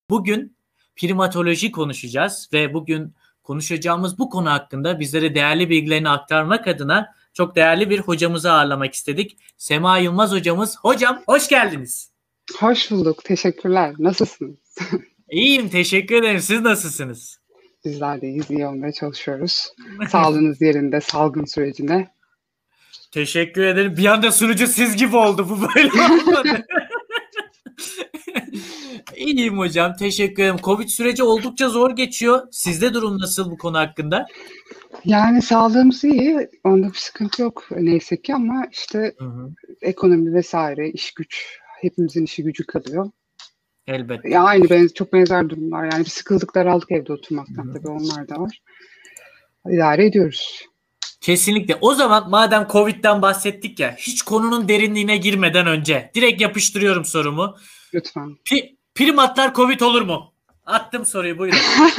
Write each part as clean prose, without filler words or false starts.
Bugün primatoloji konuşacağız ve bugün konuşacağımız bu konu hakkında bizlere değerli bilgilerini aktarmak adına çok değerli bir hocamızı ağırlamak istedik. Sema Yılmaz hocamız. Hocam hoş geldiniz. Hoş bulduk. Teşekkürler. Nasılsınız? İyiyim. Teşekkür ederim. Siz nasılsınız? Bizler de iyiyiz. İyi olmaya çalışıyoruz. Sağlığınız yerinde, salgın sürecine. Teşekkür ederim. Bir anda sunucu siz gibi oldu. Bu böyle olmadı. İyiyim hocam. Teşekkür ederim. Covid süreci oldukça zor geçiyor. Sizde durum nasıl bu konu hakkında? Yani sağlığımız iyi. Onda bir sıkıntı yok neyse ki ama işte ekonomi vesaire, iş güç, hepimizin işi gücü kalıyor. Elbette. Ya aynı çok benzer durumlar. Yani bir sıkıldık, daraldık evde oturmaktan. Tabii onlar da var. İdare ediyoruz. Kesinlikle. O zaman madem Covid'den bahsettik ya, hiç konunun derinliğine girmeden önce direkt yapıştırıyorum sorumu. Lütfen. Primatlar Covid olur mu? Attım soruyu, buyurun.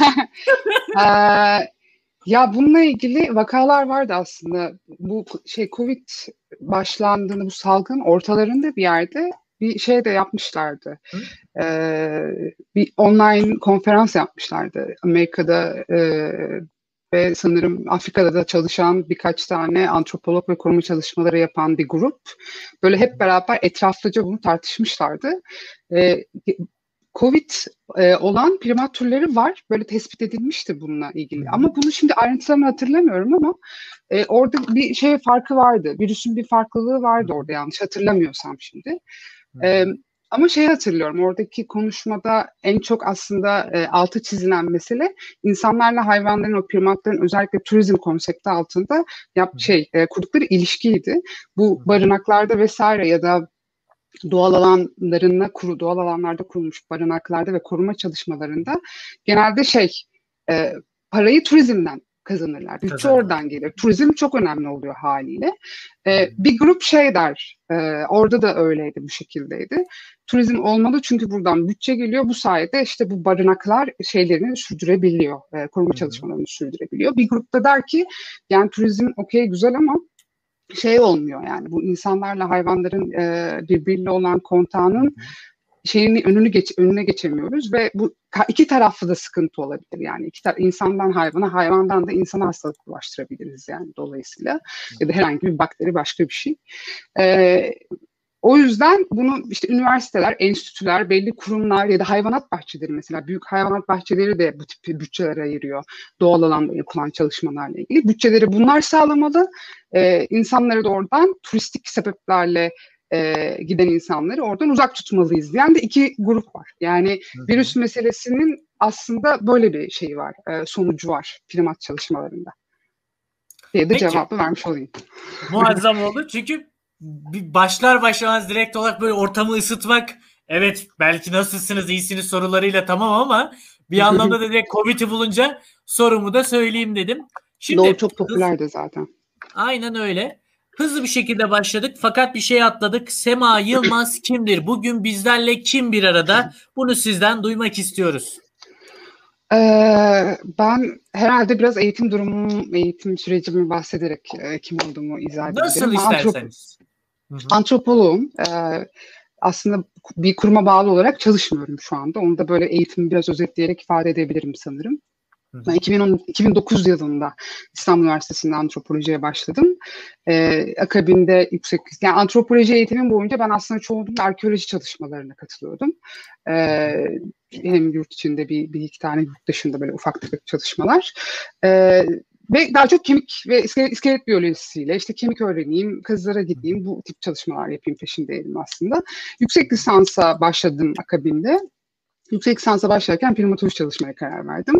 Ya bununla ilgili vakalar vardı aslında. Bu Covid başlandığında, bu salgın ortalarında bir yerde bir şey de yapmışlardı. Bir online konferans yapmışlardı. Amerika'da ve sanırım Afrika'da da çalışan birkaç tane antropolog ve koruma çalışmaları yapan bir grup. Böyle hep beraber etraflıca bunu tartışmışlardı. Covid olan primat türleri var. Böyle tespit edilmişti bununla ilgili. Ama bunu şimdi ayrıntılarını hatırlamıyorum ama orada bir şey farkı vardı. Virüsün bir farklılığı vardı orada, yanlış hatırlamıyorsam şimdi. Ama hatırlıyorum, oradaki konuşmada en çok aslında altı çizilen mesele insanlarla hayvanların, o primatların özellikle turizm konsepti altında kurdukları ilişkiydi. Bu barınaklarda vesaire ya da doğal alanlarda kurulmuş barınaklarda ve koruma çalışmalarında genelde parayı turizmden kazanırlar. Bütçe oradan gelir. Turizm çok önemli oluyor haliyle. Bir grup der, orada da öyleydi, bu şekildeydi. Turizm olmalı çünkü buradan bütçe geliyor. Bu sayede işte bu barınaklar şeylerini sürdürebiliyor. Koruma çalışmalarını sürdürebiliyor. Bir grupta der ki yani turizm okey, güzel ama olmuyor yani, bu insanlarla hayvanların birbiriyle olan kontağının önüne geçemiyoruz ve bu iki taraflı da sıkıntı olabilir yani, insandan hayvana, hayvandan da insana hastalık bulaştırabiliriz yani dolayısıyla, ya da herhangi bir bakteri, başka bir şey. O yüzden bunu işte üniversiteler, enstitüler, belli kurumlar ya da hayvanat bahçeleri, mesela büyük hayvanat bahçeleri de bu tip bütçeler ayırıyor. Doğal alanda yapılan çalışmalarla ilgili. Bütçeleri bunlar sağlamalı. İnsanları da oradan turistik sebeplerle giden insanları oradan uzak tutmalıyız diyen de iki grup var. Yani virüs meselesinin aslında böyle bir şeyi var, sonucu var primat çalışmalarında. Diye de cevabı vermiş olayım. Muazzam oldu çünkü başlar başlamaz direkt olarak böyle ortamı ısıtmak, evet belki nasılsınız, iyisiniz sorularıyla tamam ama bir anlamda da direkt Covid'i bulunca sorumu da söyleyeyim dedim. Şimdi doğru, çok popülerdi zaten. Aynen öyle. Hızlı bir şekilde başladık fakat bir şey atladık. Sema Yılmaz kimdir? Bugün bizlerle kim bir arada? Bunu sizden duymak istiyoruz. Ben herhalde biraz eğitim sürecimi bahsederek kim olduğumu izah edebilirim. Nasıl isterseniz. Antropoloğum. Aslında bir kuruma bağlı olarak çalışmıyorum şu anda. Onu da böyle eğitimi biraz özetleyerek ifade edebilirim sanırım. Ben 2009 yılında İstanbul Üniversitesi'nde antropolojiye başladım. Akabinde yani antropoloji eğitimim boyunca ben aslında çoğunlukla arkeoloji çalışmalarına katılıyordum. Hem yurt içinde bir iki tane, yurt dışında böyle ufak tefek çalışmalar. Ve daha çok kemik ve iskelet biyolojisiyle işte kemik öğreneyim, kazılara gideyim, bu tip çalışmalar yapayım peşindeydim aslında. Yüksek lisansa başladım akabinde. Yüksek lisansa başlarken primatoloji çalışmaya karar verdim.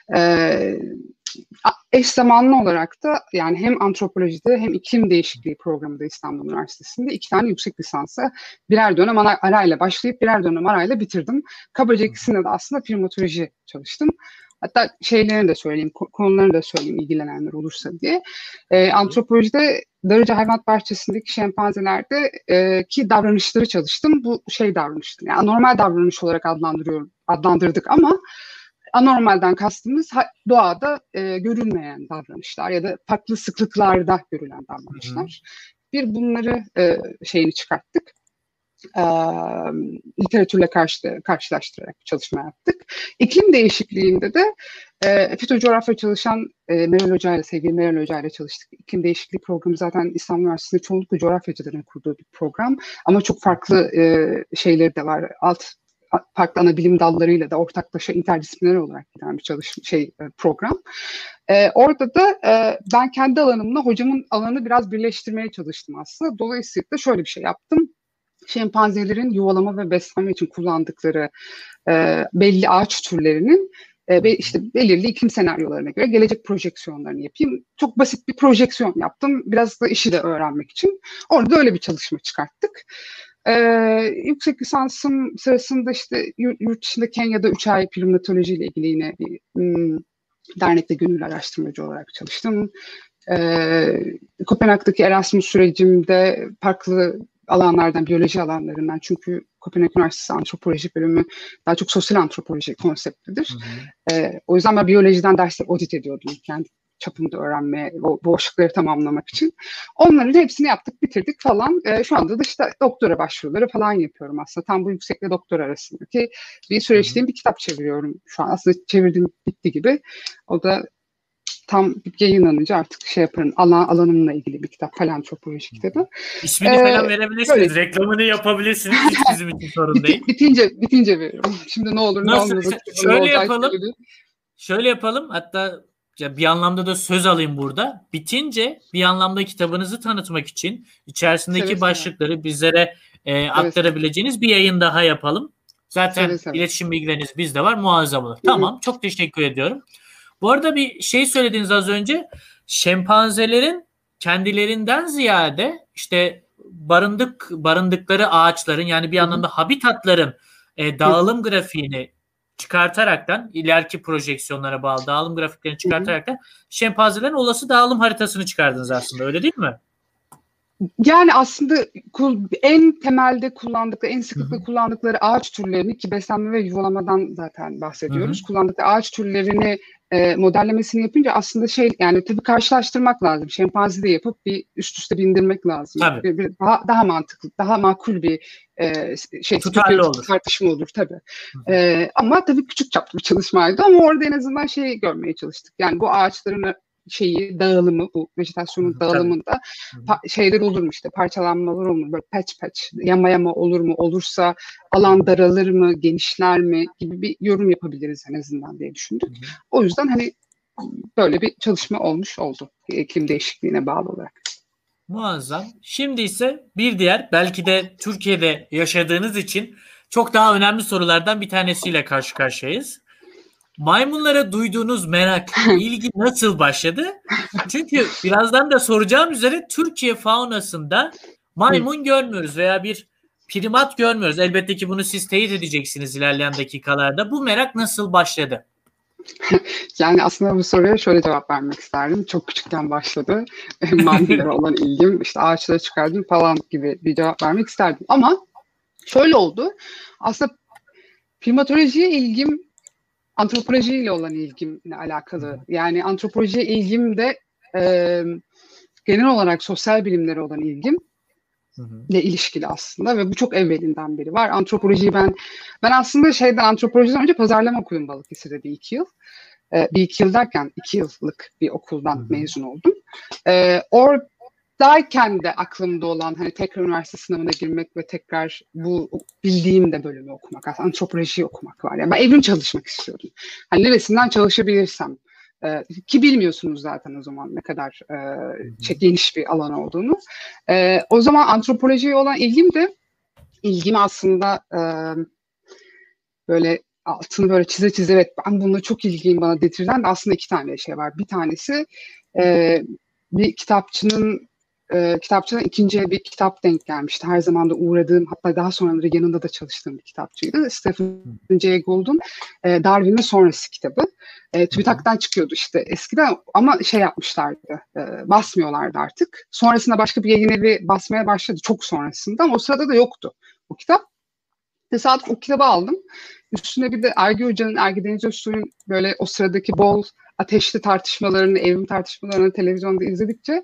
Eş zamanlı olarak da yani hem antropolojide hem iklim değişikliği programında İstanbul Üniversitesi'nde 2 tane yüksek lisansa birer dönem arayla başlayıp birer dönem arayla bitirdim. Kabaca ikisinde de aslında primatoloji çalıştım. Hatta şeylerini de söyleyeyim, konularını da söyleyeyim ilgilenenler olursa diye. Antropolojide Darıca Hayvanat Bahçesi'ndeki şempanzelerde ki davranışları çalıştım. Bu davranıştı. Yani anormal davranış olarak adlandırdık ama anormalden kastımız doğada görülmeyen davranışlar ya da farklı sıklıklarda görülen davranışlar. Bir bunları çıkarttık. literatürle karşılaştırarak bir çalışma yaptık. İklim değişikliğinde de fitocoğrafya çalışan sevgili Meral Hoca ile çalıştık. İklim değişikliği programı zaten İstanbul Üniversitesi'nde çoğunlukla coğrafyacıların kurduğu bir program. Ama çok farklı şeyleri de var. Farklı ana bilim dallarıyla da ortaklaşa interdisipliner olarak giden bir program. Orada da ben kendi alanımla hocamın alanını biraz birleştirmeye çalıştım aslında. Dolayısıyla şöyle bir şey yaptım. Şempanzelerin yuvalama ve beslenme için kullandıkları belli ağaç türlerinin ve işte belirli iklim senaryolarına göre gelecek projeksiyonlarını yapayım. Çok basit bir projeksiyon yaptım. Biraz da işi de öğrenmek için. Orada öyle bir çalışma çıkarttık. Yüksek lisansım sırasında işte yurt dışında Kenya'da 3 ay primatoloji ile ilgili yine bir dernekte gönüllü araştırmacı olarak çalıştım. Kopenhag'daki Erasmus sürecimde farklı alanlardan, biyoloji alanlarından, çünkü Kopenhag Üniversitesi Antropoloji bölümü daha çok sosyal antropoloji konseptidir. O yüzden ben biyolojiden dersler audit ediyordum kendi çapımda öğrenmeye, o boşlukları tamamlamak için. Onların hepsini yaptık, bitirdik falan. Şu anda da işte doktora başvuruları falan yapıyorum aslında. Tam bu yüksekle doktora arasındaki bir süreçteyim, bir kitap çeviriyorum şu an. Aslında çevirdim, bitti gibi. O da tam yayınlanınca artık şey yaparım. Alanımla ilgili bir kitap. Paleantropoloji kitabı. İsmini falan verebilirsiniz. Böyle. Reklamını yapabilirsiniz. Hiç bizim için sorun değil. Bitince veriyorum. Şimdi ne olur ne olmaz. Şöyle yapalım. Hatta bir anlamda da söz alayım burada. Bitince bir anlamda kitabınızı tanıtmak için içerisindeki başlıkları bizlere aktarabileceğiniz bir yayın daha yapalım. Zaten iletişim bilgileriniz bizde var. Muazzam olur. Tamam. Çok teşekkür ediyorum. Bu arada bir şey söylediniz az önce. Şempanzelerin kendilerinden ziyade işte barındıkları ağaçların, yani bir anlamda habitatların dağılım grafiğini çıkartaraktan, ileriki projeksiyonlara bağlı dağılım grafiklerini çıkartaraktan şempanzelerin olası dağılım haritasını çıkardınız aslında, öyle değil mi? Yani aslında en temelde kullandıkları, en sıklıkla kullandıkları ağaç türlerini, ki beslenme ve yuvalamadan zaten bahsediyoruz. Kullandıkları ağaç türlerini modellemesini yapınca aslında yani tabii karşılaştırmak lazım. Şempanze de yapıp bir üst üste bindirmek lazım. Daha mantıklı, daha makul bir tutarlı olur. Tartışma olur tabii. Ama tabii küçük çaplı bir çalışmaydı, ama orada en azından görmeye çalıştık. Yani bu ağaçların dağılımı, bu vejetasyonun dağılımında şeyler olur mu, işte parçalanmalar olur mu, böyle patch yama olur mu, olursa alan daralır mı, genişler mi gibi bir yorum yapabiliriz en azından diye düşündük. O yüzden hani böyle bir çalışma oldu iklim değişikliğine bağlı olarak. Muazzam. Şimdi ise bir diğer, belki de Türkiye'de yaşadığınız için çok daha önemli sorulardan bir tanesiyle karşı karşıyayız. Maymunlara duyduğunuz merak, ilgi nasıl başladı? Çünkü birazdan da soracağım üzere Türkiye faunasında maymun görmüyoruz veya bir primat görmüyoruz. Elbette ki bunu siz teyit edeceksiniz ilerleyen dakikalarda. Bu merak nasıl başladı? Yani aslında bu soruya şöyle cevap vermek isterdim. Çok küçükken başladı. Maymunlara olan ilgim, işte ağaçlara çıkardım falan gibi bir cevap vermek isterdim. Ama şöyle oldu. Aslında primatolojiye ilgim antropolojiyle olan ilgimle alakalı. Yani antropolojiye ilgim de genel olarak sosyal bilimlere olan ilgimle ilişkili aslında, ve bu çok evvelinden beri var. Antropolojiyi ben aslında antropolojiden önce pazarlama okudum Balıkesir'de bir iki yıl. Bir iki yıl derken 2 yıllık bir okuldan mezun oldum. Oradayken de aklımda olan hani tekrar üniversite sınavına girmek ve tekrar bu bildiğim de bölümü okumak, aslında antropolojiyi okumak var. Yani ben evrim çalışmak istiyordum. Hani neresinden çalışabilirsem. Ki bilmiyorsunuz zaten o zaman ne kadar geniş bir alan olduğunu. O zaman antropolojiye olan ilgimi aslında böyle altını böyle çize evet ben bununla çok ilgiliyim bana dedirten de aslında 2 tane şey var. Bir tanesi bir kitapçının ikinciye bir kitap denk gelmişti. Her zaman da uğradığım, hatta daha sonraları yanında da çalıştığım bir kitapçıydı. Stephen Jay Gould'un Darwin ve Sonrası kitabı. TÜBİTAK'tan çıkıyordu işte eskiden, ama yapmışlardı, basmıyorlardı artık. Sonrasında başka bir yayın evi basmaya başladı çok sonrasında, ama o sırada da yoktu o kitap. Tesadüf o kitabı aldım. Üstüne bir de Ergi Deniz Özsoy'un böyle o sıradaki bol ateşli tartışmalarını, evrim tartışmalarını televizyonda izledikçe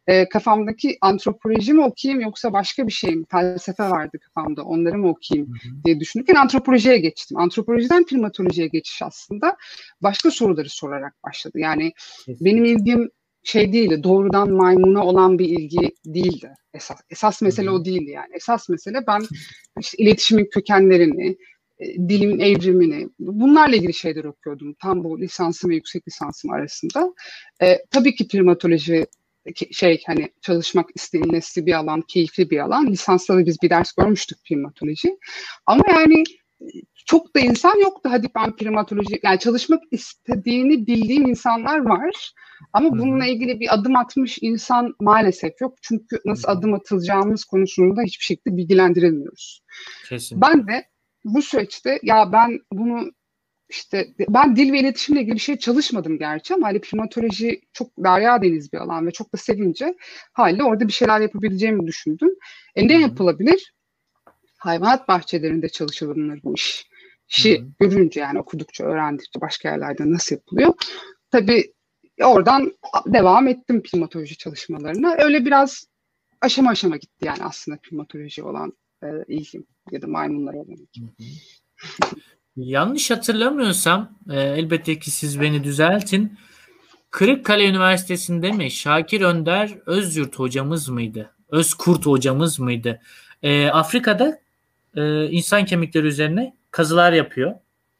kafamdaki antropoloji mi okuyayım yoksa başka bir şey mi? Felsefe vardı kafamda. Onları mı okuyayım diye düşünürken antropolojiye geçtim. Antropolojiden primatolojiye geçiş aslında başka soruları sorarak başladı. Yani benim ilgim şey değildi, doğrudan maymuna olan bir ilgi değildi esas. Esas mesele o değildi yani. Esas mesele ben işte iletişimin kökenlerini, dilin evrimini, bunlarla ilgili şeyler okuyordum. Tam bu lisansım ve yüksek lisansım arasında. Tabii ki primatoloji hani çalışmak istenilesi bir alan, keyifli bir alan. Lisansta da biz bir ders görmüştük primatoloji. Ama yani çok da insan yoktu. Hadi ben primatoloji, yani çalışmak istediğini bildiğim insanlar var. Ama bununla ilgili bir adım atmış insan maalesef yok. Çünkü nasıl adım atılacağımız konusunda hiçbir şekilde bilgilendirilmiyoruz. Kesinlikle. Ben de bu süreçte ya ben bunu işte ben dil ve iletişimle ilgili bir şey çalışmadım gerçi ama hani primatoloji çok derya deniz bir alan ve çok da sevince haliyle orada bir şeyler yapabileceğimi düşündüm. Ne yapılabilir? Hayvanat bahçelerinde çalışılır bu iş. İşi görünce yani okudukça, öğrendikçe başka yerlerde nasıl yapılıyor. Tabii oradan devam ettim primatoloji çalışmalarına. Öyle biraz aşama aşama gitti yani aslında primatoloji olan ilgim ya da maymunlara olan ilgim. Yanlış hatırlamıyorsam elbette ki siz beni düzeltin. Kırıkkale Üniversitesi'nde mi Şakir Önder Özyurt hocamız mıydı? Özkurt hocamız mıydı? Afrika'da insan kemikleri üzerine kazılar yapıyor.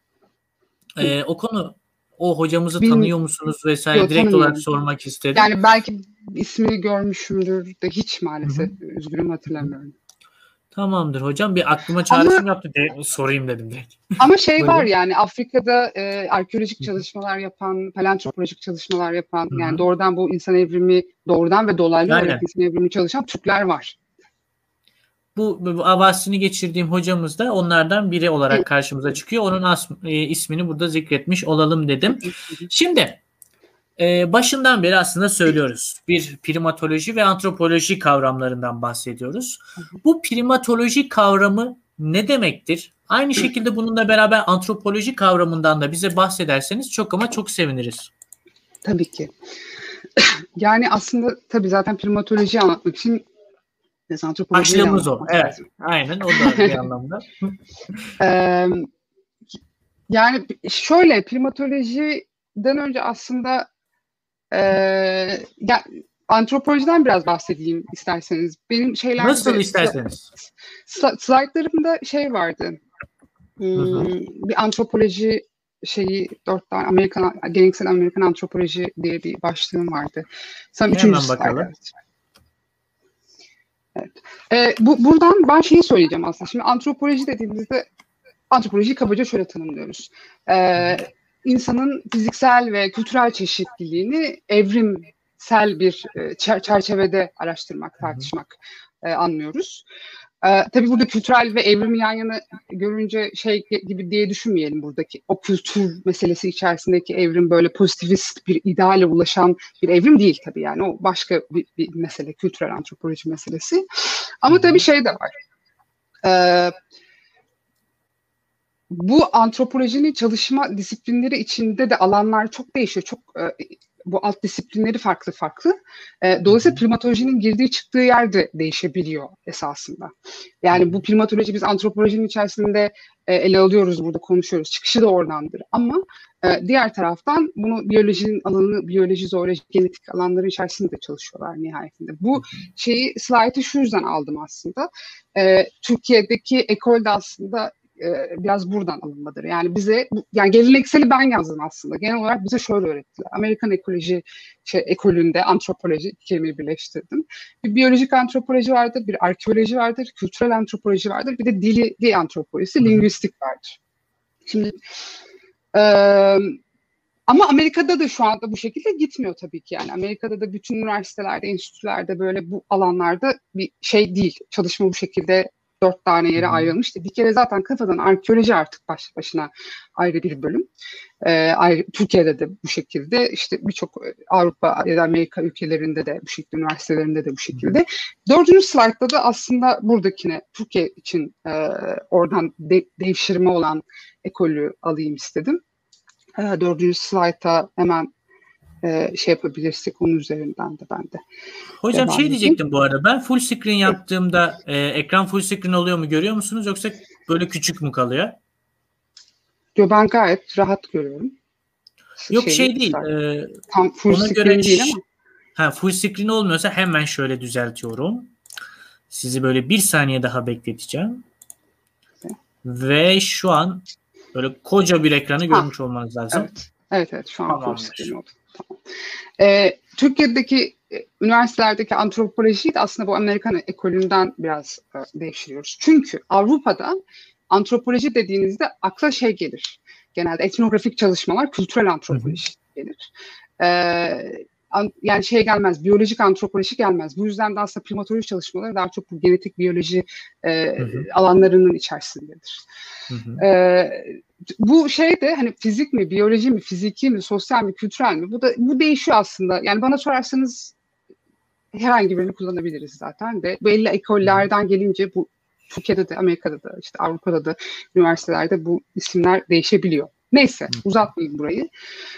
O hocamızı tanıyor musunuz vesaire, direkt olarak sormak istedim. Yani belki ismini görmüşümdür de hiç maalesef üzgünüm hatırlamıyorum. Tamamdır hocam. Bir aklıma çağrışım yaptı. Sorayım dedim direkt. Ama şey var yani Afrika'da arkeolojik çalışmalar yapan, paleantropolojik çalışmalar yapan, yani doğrudan bu insan evrimi, doğrudan ve dolaylı olarak insan evrimi çalışan Türkler var. Bu bahsini geçirdiğim hocamız da onlardan biri olarak karşımıza çıkıyor. Onun ismini burada zikretmiş olalım dedim. Şimdi başından beri aslında söylüyoruz. Bir primatoloji ve antropoloji kavramlarından bahsediyoruz. Bu primatoloji kavramı ne demektir? Aynı şekilde bununla beraber antropoloji kavramından da bize bahsederseniz çok ama çok seviniriz. Tabii ki. Yani aslında tabii zaten primatoloji anlatmak için başlığımız o. Evet. Aynen. O da bir anlamda. Yani şöyle primatolojiden önce aslında antropolojiden biraz bahsedeyim isterseniz. Benim şeylerde nasıl isterseniz. Slaytlarımda şey vardı. Bir antropoloji 4 tane geleneksel Amerikan antropoloji diye bir başlığım vardı. Sanırım hemen bakalım. Evet. Buradan ben şeyi söyleyeceğim aslında. Şimdi antropoloji dediğimizde antropolojiyi kabaca şöyle tanımlıyoruz. İnsanın fiziksel ve kültürel çeşitliliğini evrimsel bir çerçevede araştırmak, tartışmak anlıyoruz. Tabii burada kültürel ve evrimi yan yana görünce şey gibi diye düşünmeyelim buradaki. O kültür meselesi içerisindeki evrim böyle pozitivist bir ideale ulaşan bir evrim değil tabii yani. O başka bir mesele, kültürel antropoloji meselesi. Ama tabii şey de var. Bu antropolojinin çalışma disiplinleri içinde de alanlar çok değişiyor. Bu alt disiplinleri farklı. Dolayısıyla primatolojinin girdiği çıktığı yer de değişebiliyor esasında. Yani bu primatoloji biz antropolojinin içerisinde ele alıyoruz, burada konuşuyoruz. Çıkışı da oradandır. Ama diğer taraftan bunu biyolojinin alanı, biyoloji, zooloji, genetik alanları içerisinde de çalışıyorlar nihayetinde. Bu slaytı şu yüzden aldım aslında. Türkiye'deki ekolde aslında biraz buradan alınmadır. Yani bize, yani gelenekseli ben yazdım aslında. Genel olarak bize şöyle öğrettiler. Amerikan ekolünde antropoloji kelimeyi birleştirdim. Bir biyolojik antropoloji vardır, bir arkeoloji vardır, kültürel antropoloji vardır, bir de dili antropolojisi, lingüistik vardır. Şimdi ama Amerika'da da şu anda bu şekilde gitmiyor tabii ki yani. Amerika'da da bütün üniversitelerde, enstitülerde böyle bu alanlarda bir şey değil. Çalışma bu şekilde 4 tane yere ayrılmıştı. Bir kere zaten kafadan arkeoloji artık başlı başına ayrı bir bölüm. Türkiye'de de bu şekilde, işte birçok Avrupa ya da Amerika ülkelerinde de bu şekilde, üniversitelerinde de bu şekilde. 4. slaytta da aslında buradakine, Türkiye için oradan devşirme olan ekolü alayım istedim. 4. slayta hemen şey yapabilirsek onun üzerinden de ben de Hocam devam şey edeyim. diyecektim bu arada. Ben full screen yaptığımda ekran full screen oluyor mu, görüyor musunuz, yoksa böyle küçük mü kalıyor? Ben gayet rahat görüyorum. Yok şey değil. Tam full Ona screen göre değil ama. full screen olmuyorsa hemen şöyle düzeltiyorum. Sizi böyle bir saniye daha bekleteceğim. Ve şu an böyle koca bir ekranı görmüş olmanız lazım. Evet şu an Tamamdır. full screen oldu. Tamam. Türkiye'deki üniversitelerdeki antropolojiyi de aslında bu Amerikan ekolünden biraz devşiriyoruz. Çünkü Avrupa'da antropoloji dediğinizde akla şey gelir. Genelde etnografik çalışmalar, kültürel antropoloji gelir. Yani şey gelmez, biyolojik antropoloji gelmez. Bu yüzden de aslında primatoloji çalışmaları daha çok bu genetik biyoloji alanlarının içerisindedir. Bu şey de hani fizik mi, biyoloji mi, fiziki mi, sosyal mi, kültürel mi? Bu değişiyor aslında. Yani bana sorarsanız herhangi birini kullanabiliriz zaten de. Belli ekollerden gelince bu Türkiye'de de, Amerika'da da, işte Avrupa'da da üniversitelerde bu isimler değişebiliyor. Neyse, uzatmayayım burayı.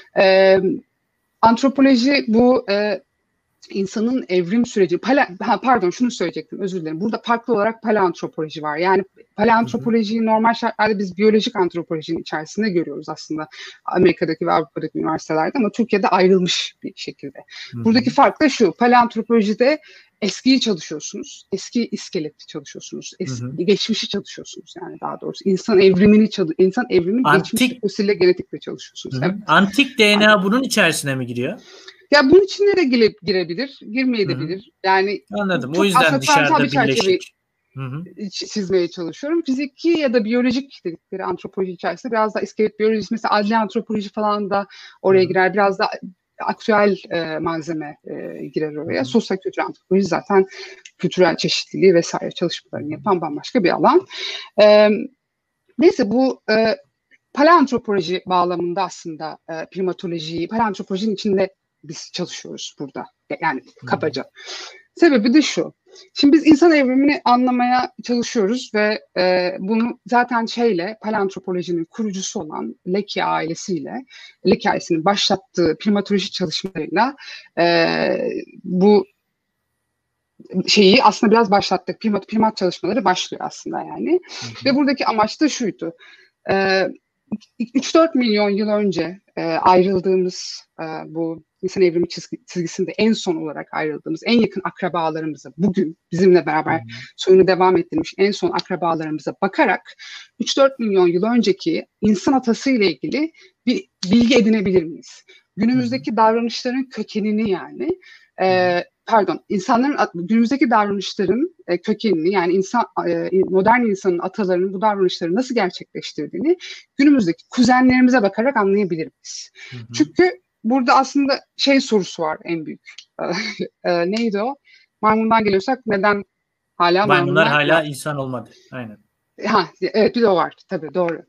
Antropoloji bu insanın evrim süreci. Pardon, şunu söyleyecektim, özür dilerim. Burada farklı olarak paleantropoloji var. Yani paleantropolojiyi normal şartlarda biz biyolojik antropolojinin içerisinde görüyoruz aslında Amerika'daki ve Avrupa'daki üniversitelerde, ama Türkiye'de ayrılmış bir şekilde. Buradaki fark da şu: paleantropolojide eskiyi çalışıyorsunuz, eski iskeletli çalışıyorsunuz, geçmişi çalışıyorsunuz, yani daha doğrusu insan evrimin geçmişi fosille genetikle çalışıyorsunuz. Evet. Antik DNA bunun içerisine mi giriyor? Ya bunun içine de girebilir, girmeyebilir. Yani anladım. O yüzden dışarıda birleşik çizmeye çalışıyorum. Fiziki ya da biyolojik dedikleri antropoloji içerisinde biraz da iskelet biyolojisi, mesela adli antropoloji falan da oraya girer. Biraz da aktüel malzeme girer oraya. Sosyokültürel antropoloji zaten kültürel çeşitliliği vesaire çalışmalarını yapan bambaşka bir alan. Neyse, bu paleantropoloji bağlamında aslında paleantropolojinin içinde biz çalışıyoruz burada. Yani kabaca. Sebebi de şu: şimdi biz insan evrimini anlamaya çalışıyoruz ve bunu zaten paleantropolojinin kurucusu olan Leakey ailesinin başlattığı primatoloji çalışmalarıyla bu şeyi aslında biraz başlattık. Primat çalışmaları başlıyor aslında yani. Ve buradaki amaç da şuydu: 3-4 milyon yıl önce ayrıldığımız bu insan evrimi çizgisinde en son olarak ayrıldığımız en yakın akrabalarımıza, bugün bizimle beraber soyunu devam ettirmiş en son akrabalarımıza bakarak 3-4 milyon yıl önceki insan atası ile ilgili bir bilgi edinebilir miyiz? Günümüzdeki davranışların kökenini, yani günümüzdeki davranışların kökenini, yani modern insanın atalarının bu davranışları nasıl gerçekleştirdiğini günümüzdeki kuzenlerimize bakarak anlayabilir miyiz? Çünkü burada aslında sorusu var en büyük. Neydi o? Maymundan geliyorsak neden hala maymunlar hala insan olmadı? Aynen. Evet, bir de o var. Tabii, doğru.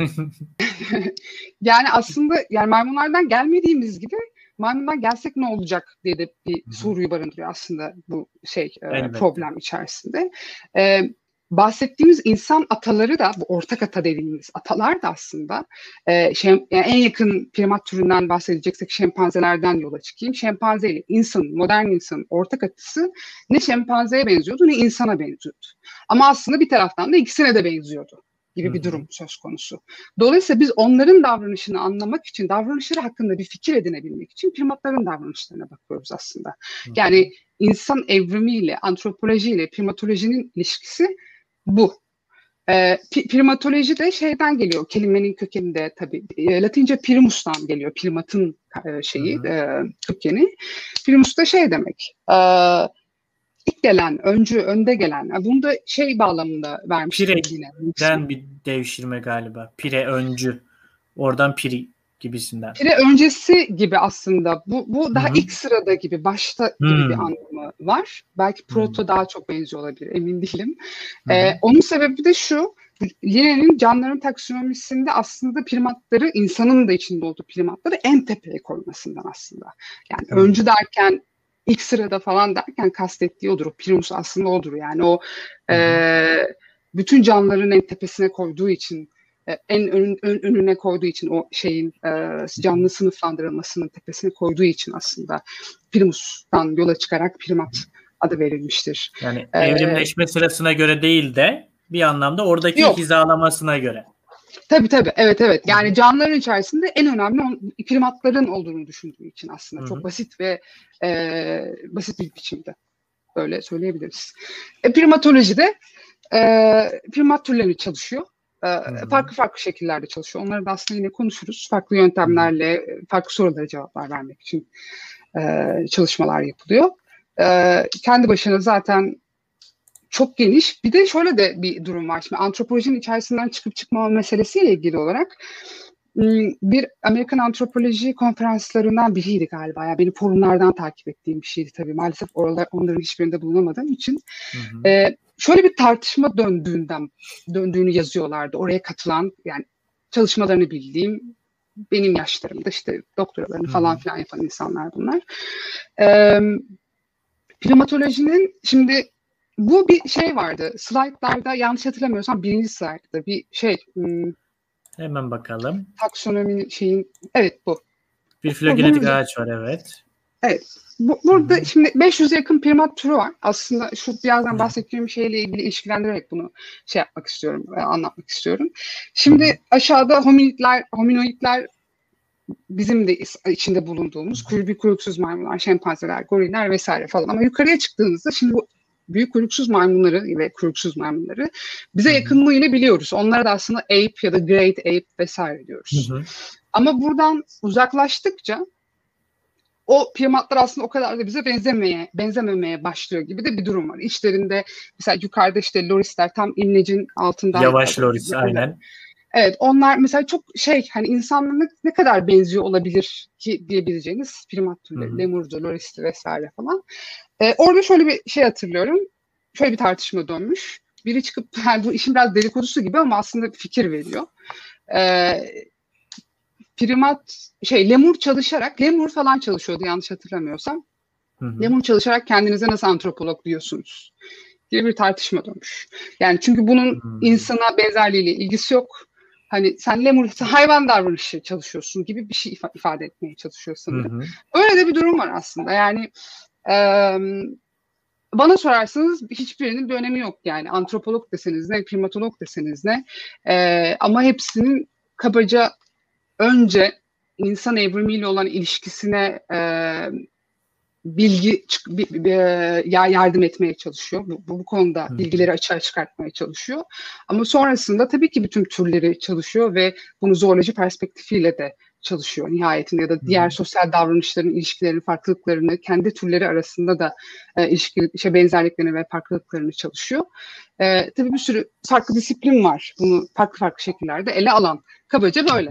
Yani aslında maymunlardan gelmediğimiz gibi maymundan gelsek ne olacak diye de bir soruyu barındırıyor aslında bu problem içerisinde. Bahsettiğimiz insan ataları da, bu ortak ata dediğimiz atalar da aslında yani en yakın primat türünden bahsedeceksek şempanzelerden yola çıkayım. Şempanze ile modern insanın ortak atısı ne şempanzeye benziyordu ne insana benziyordu. Ama aslında bir taraftan da ikisine de benziyordu gibi bir durum söz konusu. Dolayısıyla biz onların davranışını anlamak için, davranışları hakkında bir fikir edinebilmek için primatların davranışlarına bakıyoruz aslında. Yani insan evrimiyle, antropolojiyle primatolojinin ilişkisi bu. Primatoloji de şeyden geliyor, kelimenin kökeninde tabii. Latince primus'tan geliyor, primatın kökeni. Primus da demek. İlk gelen, önde gelen. Bunu da bağlamında vermiştim yine. Pire'den bir devşirme galiba. Pire öncü. Oradan piri gibisinden. Pire öncesi gibi aslında. Bu daha ilk sırada gibi, başta gibi bir anlamı var. Belki proto daha çok benziyor olabilir, emin değilim. Onun sebebi de şu: Linne'nin canlıların taksonomisinde aslında primatları, insanın da içinde olduğu primatları en tepeye koymasından aslında. Yani öncü derken, ilk sırada falan derken kastettiği odur. O primus aslında odur. Yani o bütün canlıların en tepesine koyduğu için önüne koyduğu için o şeyin canlı sınıflandırılmasının tepesine koyduğu için aslında primus'tan yola çıkarak primat adı verilmiştir. Yani evrimleşme sırasına göre değil de bir anlamda oradaki yok. hizalamasına göre. Tabii. Evet. Yani canlıların içerisinde en önemli primatların olduğunu düşündüğü için aslında. Hı-hı. Çok basit ve basit bir biçimde. Öyle söyleyebiliriz. Primatolojide primat türleri çalışıyor. Farklı şekillerde çalışıyor. Onları da aslında yine konuşuruz. Farklı yöntemlerle farklı sorulara cevaplar vermek için çalışmalar yapılıyor. Kendi başına zaten çok geniş. Bir de şöyle de bir durum var. Şimdi antropolojinin içerisinden çıkıp çıkmama meselesiyle ilgili olarak bir Amerikan antropoloji konferanslarından biriydi galiba. Yani benim forumlardan takip ettiğim bir şeydi tabii. Maalesef onların hiçbirinde bulunamadığım için. Şöyle bir tartışma döndüğünü yazıyorlardı. Oraya katılan, yani çalışmalarını bildiğim, benim yaşlarımda işte doktoralarını falan filan yapan insanlar bunlar. Primatolojinin şimdi bu bir şey vardı. Slaytlarda yanlış hatırlamıyorsam birinci slaytta bir şey. Hemen bakalım. Taksonominin şeyin, evet bu. Bir filogenetik ağaç var, evet. Evet. Burada şimdi 500'e yakın primat türü var. Aslında şu birazdan bahsettiğim şeyle ilgili ilişkilendirerek bunu yapmak istiyorum, anlatmak istiyorum. Şimdi aşağıda hominoidler bizim de içinde bulunduğumuz bir kuyruksuz maymunlar, şempanzeler, goriller vesaire falan. Ama yukarıya çıktığınızda şimdi bu büyük kuyruksuz maymunları ve kuyruksuz maymunları bize yakınlığıyla biliyoruz. Onlara da aslında ape ya da great ape vesaire diyoruz. Ama buradan uzaklaştıkça o primatlar aslında o kadar da bize benzememeye başlıyor gibi de bir durum var. İçlerinde mesela yukarıda işte lorisler tam imlecin altından. Yavaş loris, aynen. Evet, onlar mesela çok hani insanlara ne kadar benziyor olabilir ki diyebileceğiniz primat türleri. Lemurdu, loristi vesaire falan. Orada şöyle bir şey hatırlıyorum. Şöyle bir tartışma dönmüş. Biri çıkıp, yani bu işin biraz dedikodusu gibi ama aslında bir fikir veriyor. Lemur falan çalışıyordu yanlış hatırlamıyorsam. Lemur çalışarak kendinize nasıl antropolog diyorsunuz diye bir tartışma dönmüş. Yani çünkü bunun insana benzerliğiyle ilgisi yok. Hani sen lemur, hayvan davranışı çalışıyorsun gibi bir şey ifade etmeye çalışıyor sanırım. Öyle de bir durum var aslında. Yani bana sorarsanız hiçbirinin bir önemi yok. Yani antropolog deseniz ne, primatolog deseniz ne. Ama hepsinin kabaca önce insan evrimiyle olan ilişkisine yardım etmeye çalışıyor. Bu konuda bilgileri açığa çıkartmaya çalışıyor. Ama sonrasında tabii ki bütün türleri çalışıyor ve bunu zooloji perspektifiyle de çalışıyor nihayetinde, ya da diğer sosyal davranışların ilişkilerini, farklılıklarını, kendi türleri arasında da benzerliklerini ve farklılıklarını çalışıyor. Tabii bir sürü farklı disiplin var. Bunu farklı şekillerde ele alan. Kabaca böyle.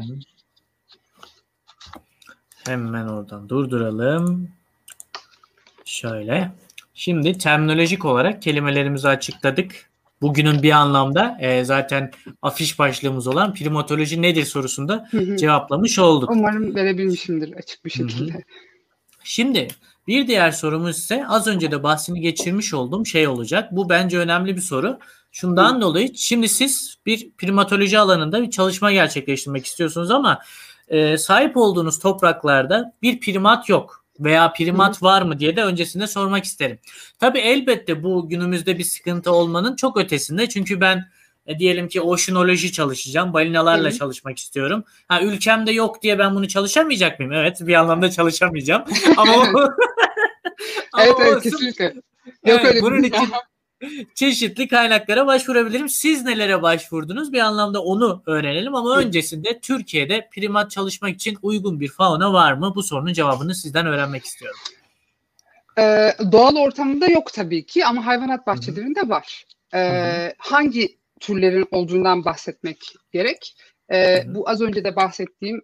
Hemen oradan durduralım. Şöyle. Şimdi terminolojik olarak kelimelerimizi açıkladık. Bugünün bir anlamda zaten afiş başlığımız olan primatoloji nedir sorusunda cevaplamış olduk. Umarım verebilmişimdir açık bir şekilde. Şimdi bir diğer sorumuz ise az önce de bahsini geçirmiş olduğum şey olacak. Bu bence önemli bir soru. Şundan dolayı şimdi siz bir primatoloji alanında bir çalışma gerçekleştirmek istiyorsunuz ama sahip olduğunuz topraklarda bir primat yok veya primat var mı diye de öncesinde sormak isterim. Tabii elbette bu günümüzde bir sıkıntı olmanın çok ötesinde. Çünkü ben diyelim ki oceanoloji çalışacağım. Balinalarla çalışmak istiyorum. Ülkemde yok diye ben bunu çalışamayacak mıyım? Evet, bir anlamda çalışamayacağım. Ama evet, kesinlikle. Yok öyle bunun için çeşitli kaynaklara başvurabilirim. Siz nelere başvurdunuz? Bir anlamda onu öğrenelim ama öncesinde Türkiye'de primat çalışmak için uygun bir fauna var mı? Bu sorunun cevabını sizden öğrenmek istiyorum. Doğal ortamında yok tabii ki ama hayvanat bahçelerinde var. Hangi türlerin olduğundan bahsetmek gerek. Bu az önce de bahsettiğim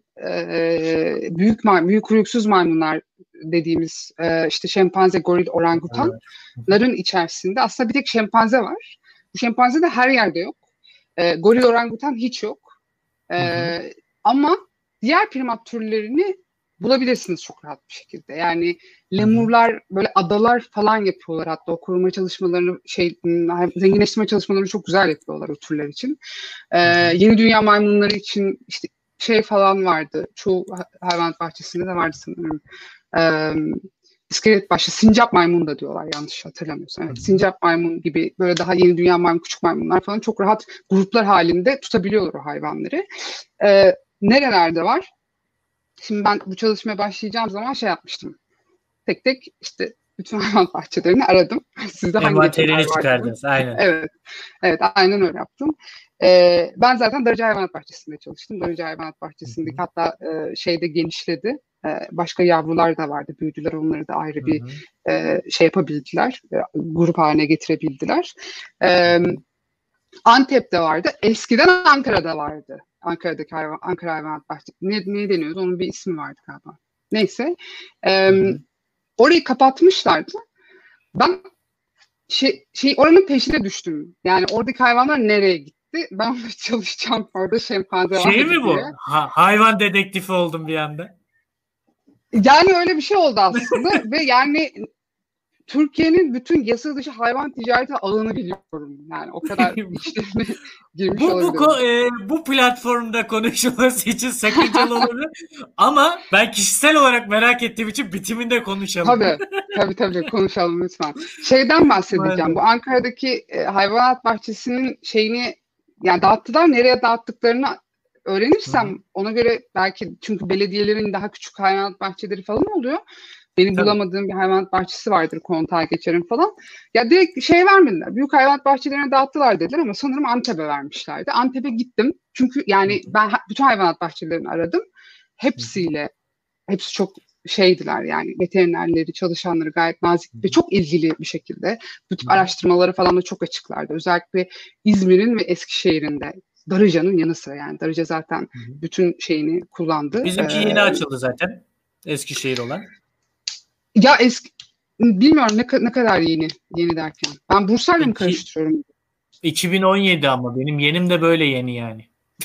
büyük kuyruksuz maymunlar dediğimiz işte şempanze, goril, orangutanların içerisinde aslında bir tek şempanze var. Bu şempanze de her yerde yok. Goril, orangutan hiç yok. Ama diğer primat türlerini bulabilirsiniz çok rahat bir şekilde. Yani lemurlar böyle adalar falan yapıyorlar, hatta o koruma çalışmalarını zenginleştirme çalışmalarını çok güzel yapıyorlar o türler için. Yeni dünya maymunları için işte şey falan vardı. Çoğu hayvanat bahçesinde de vardı sanırım. İskelet başlı sincap maymun da diyorlar yanlış hatırlamıyorsam. Evet, sincap maymun gibi böyle daha yeni dünya maymun, küçük maymunlar falan çok rahat gruplar halinde tutabiliyorlar o hayvanları. Nerelerde var? Şimdi ben bu çalışmaya başlayacağım zaman şey yapmıştım. Tek tek işte bütün hayvan bahçelerini aradım. Sizde hangi veteriner var? Çıkardınız, aynen. Evet. Evet, aynen öyle yaptım. Ben zaten Darıca Hayvanat Bahçesi'nde çalıştım. Darıca Hayvanat Bahçesi'ndeki hatta şeyde genişledi. Başka yavrular da vardı. Büyüdüler. Onları da ayrı bir şey yapabildiler. Grup haline getirebildiler. Antep'te vardı. Eskiden Ankara'da vardı. Ankara'daki Ankara Hayvanat Bahçesi. Ne deniyordu? Onun bir ismi vardı galiba. Neyse. Orayı kapatmışlardı. Ben oranın peşine düştüm. Yani oradaki hayvanlar nereye gitti? Ben orada çalışacağım. Orada şempanze var. Şey mi bu? Hayvan dedektifi oldum bir anda. Yani öyle bir şey oldu aslında. Ve yani Türkiye'nin bütün yasa dışı hayvan ticareti ağını biliyorum. Yani o kadar işlerine girmiş olabilirim. Bu platformda konuşulması için sakıncalı olabilir. Ama ben kişisel olarak merak ettiğim için bitiminde konuşalım. Tabii konuşalım lütfen. Şeyden bahsedeceğim. Bu Ankara'daki hayvanat bahçesinin şeyini yani dağıttılar. Nereye dağıttıklarını öğrenirsem ona göre belki, çünkü belediyelerin daha küçük hayvanat bahçeleri falan oluyor. Benim bulamadığım bir hayvanat bahçesi vardır, kontağa geçerim falan. Ya direkt şey vermediler. Büyük hayvanat bahçelerine dağıttılar dediler ama sanırım Antep'e vermişlerdi. Antep'e gittim. Çünkü yani ben bütün hayvanat bahçelerini aradım. Hepsi çok şeydiler yani, veterinerleri, çalışanları gayet nazik ve çok ilgili bir şekilde. Bu tip araştırmaları falan da çok açıklardı. Özellikle İzmir'in ve Eskişehir'in de, Darıca'nın yanı sıra, yani Darıca zaten bütün şeyini kullandı. Bizimki yeni açıldı zaten. Eskişehir olan. Ya bilmiyorum ne kadar yeni derken. Ben Bursa'yla mı karıştırıyorum? 2017 ama benim yenim de böyle yeni yani.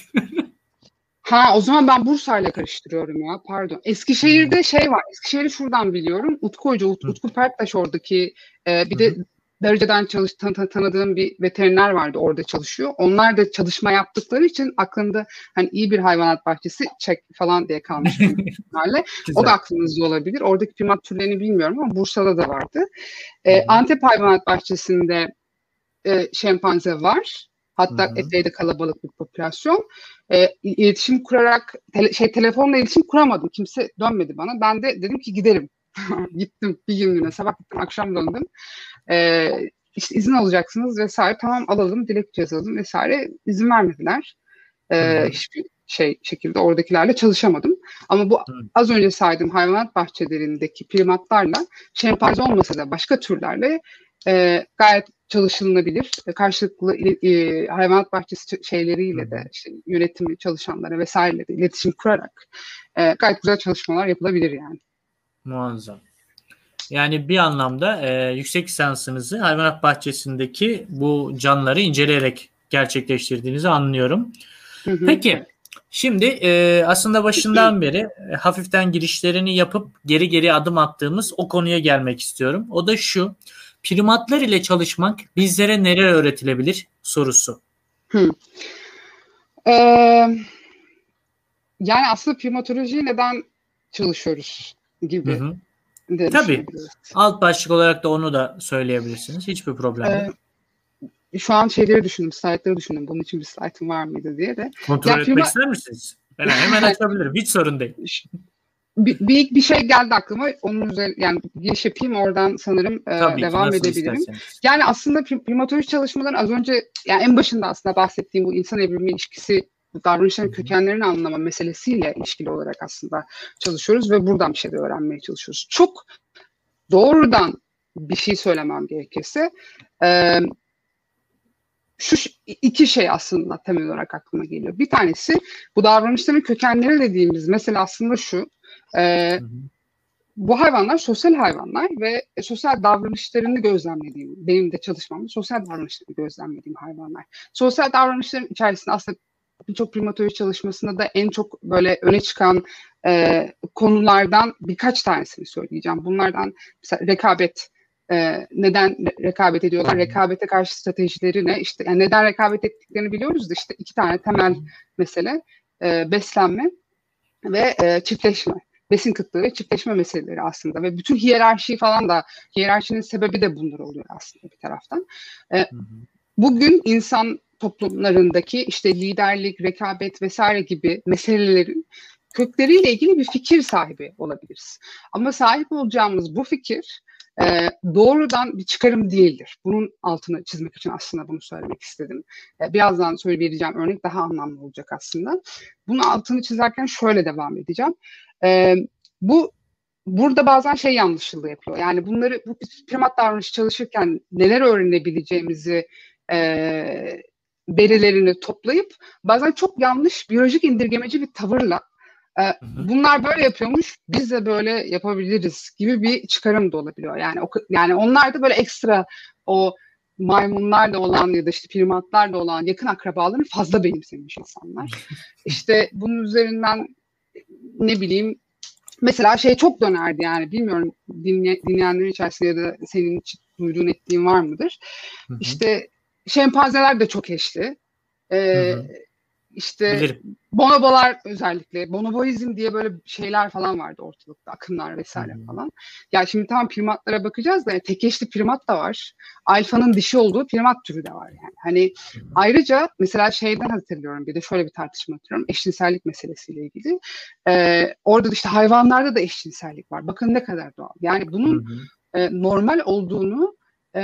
O zaman ben Bursa'yla karıştırıyorum ya, pardon. Eskişehir'de şey var. Eskişehir'i şuradan biliyorum. Utku Hoca, Utku Perktaş oradaki bir de Darıca'dan tanıdığım bir veteriner vardı, orada çalışıyor. Onlar da çalışma yaptıkları için aklımda hani iyi bir hayvanat bahçesi çek falan diye kalmış ihtimalle. O da aklınızda olabilir. Oradaki primat türlerini bilmiyorum ama Bursa'da da vardı. Antep Hayvanat Bahçesi'nde şempanze var. Hatta epey de kalabalık bir popülasyon. İletişim kurarak telefonla iletişim kuramadım. Kimse dönmedi bana. Ben de dedim ki giderim. Gittim bir günlüğüne. Sabah gittim, akşam döndüm. İşte izin alacaksınız vesaire. Tamam, alalım, dilekçe yazalım vesaire. İzin vermediler. Hiçbir şekilde oradakilerle çalışamadım. Ama bu az önce saydığım hayvanat bahçelerindeki primatlarla, şempanze olmasa da başka türlerle gayet çalışılabilir. Karşılıklı hayvanat bahçesi şeyleriyle de işte yönetimi çalışanlara vesaireyle de iletişim kurarak gayet güzel çalışmalar yapılabilir yani. Muazzam. Yani bir anlamda yüksek lisansınızı hayvanat bahçesindeki bu canlıları inceleyerek gerçekleştirdiğinizi anlıyorum. Peki, şimdi aslında başından beri hafiften girişlerini yapıp geri geri adım attığımız o konuya gelmek istiyorum. O da şu: primatlar ile çalışmak bizlere neler öğretilebilir sorusu. Yani aslında primatolojiyi neden çalışıyoruz gibi. Tabii. Alt başlık olarak da onu da söyleyebilirsiniz. Hiçbir problem yok. Şu an şeyleri düşündüm, slaytları düşündüm. Bunun için bir slaytım var mıydı diye de. Kontrol etmek ister misiniz? Ben hemen açabilirim. Hiç sorun değil. Bir şey geldi aklıma. Onun üzerine yani giriş yapayım, oradan sanırım devam edebilirim. İsterseniz. Yani aslında primatoloji çalışmaların az önce, yani en başında aslında bahsettiğim bu insan evrimi ilişkisi, davranışların kökenlerini anlama meselesiyle ilişkili olarak aslında çalışıyoruz ve buradan bir şey de öğrenmeye çalışıyoruz. Çok doğrudan bir şey söylemem gerekirse şu iki şey aslında temel olarak aklıma geliyor. Bir tanesi bu davranışların kökenleri dediğimiz mesele aslında şu: bu hayvanlar sosyal hayvanlar ve sosyal davranışlarını gözlemlediğim, benim de çalışmamda sosyal davranışlarını gözlemlediğim hayvanlar. Sosyal davranışların içerisinde aslında birçok primatoloji çalışmasında da en çok böyle öne çıkan konulardan birkaç tanesini söyleyeceğim. Bunlardan mesela rekabet. Neden rekabet ediyorlar? Rekabete karşı stratejileri ne? İşte yani neden rekabet ettiklerini biliyoruz da işte 2 tane temel mesele beslenme ve çiftleşme. Besin kıtlığı ve çiftleşme meseleleri aslında ve bütün hiyerarşi falan da hiyerarşinin sebebi de bunlar oluyor aslında bir taraftan. Bugün insan toplumlarındaki işte liderlik, rekabet vesaire gibi meselelerin kökleriyle ilgili bir fikir sahibi olabiliriz. Ama sahip olacağımız bu fikir doğrudan bir çıkarım değildir. Bunun altını çizmek için aslında bunu söylemek istedim. Birazdan söyleyeceğim örnek daha anlamlı olacak aslında. Bunun altını çizerken şöyle devam edeceğim. Burada bazen şey yanlışlığı yapıyor. Yani bu primat davranışı çalışırken neler öğrenebileceğimizi verilerini toplayıp bazen çok yanlış biyolojik indirgemeci bir tavırla bunlar böyle yapıyormuş, biz de böyle yapabiliriz gibi bir çıkarım da olabiliyor. Yani onlar da böyle ekstra o maymunlarla olan ya da işte primatlarla olan yakın akrabalarını fazla benimsemiş insanlar. İşte bunun üzerinden ne bileyim mesela şey çok dönerdi yani bilmiyorum dinleyenlerin içerisinde ya da senin hiç duyduğun ettiğin var mıdır? İşte şempanzeler de çok eşli. İşte bilirim. Bonobolar özellikle. Bonoboizm diye böyle şeyler falan vardı ortalıkta. Akımlar vesaire falan. Ya şimdi tamam primatlara bakacağız da yani tek eşli primat da var. Alfanın dişi olduğu primat türü de var yani. Hani ayrıca mesela şeyden hatırlıyorum bir de şöyle bir tartışma hatırlıyorum. Eşcinsellik meselesiyle ilgili. Orada da işte hayvanlarda da eşcinsellik var. Bakın ne kadar doğal. Yani bunun normal olduğunu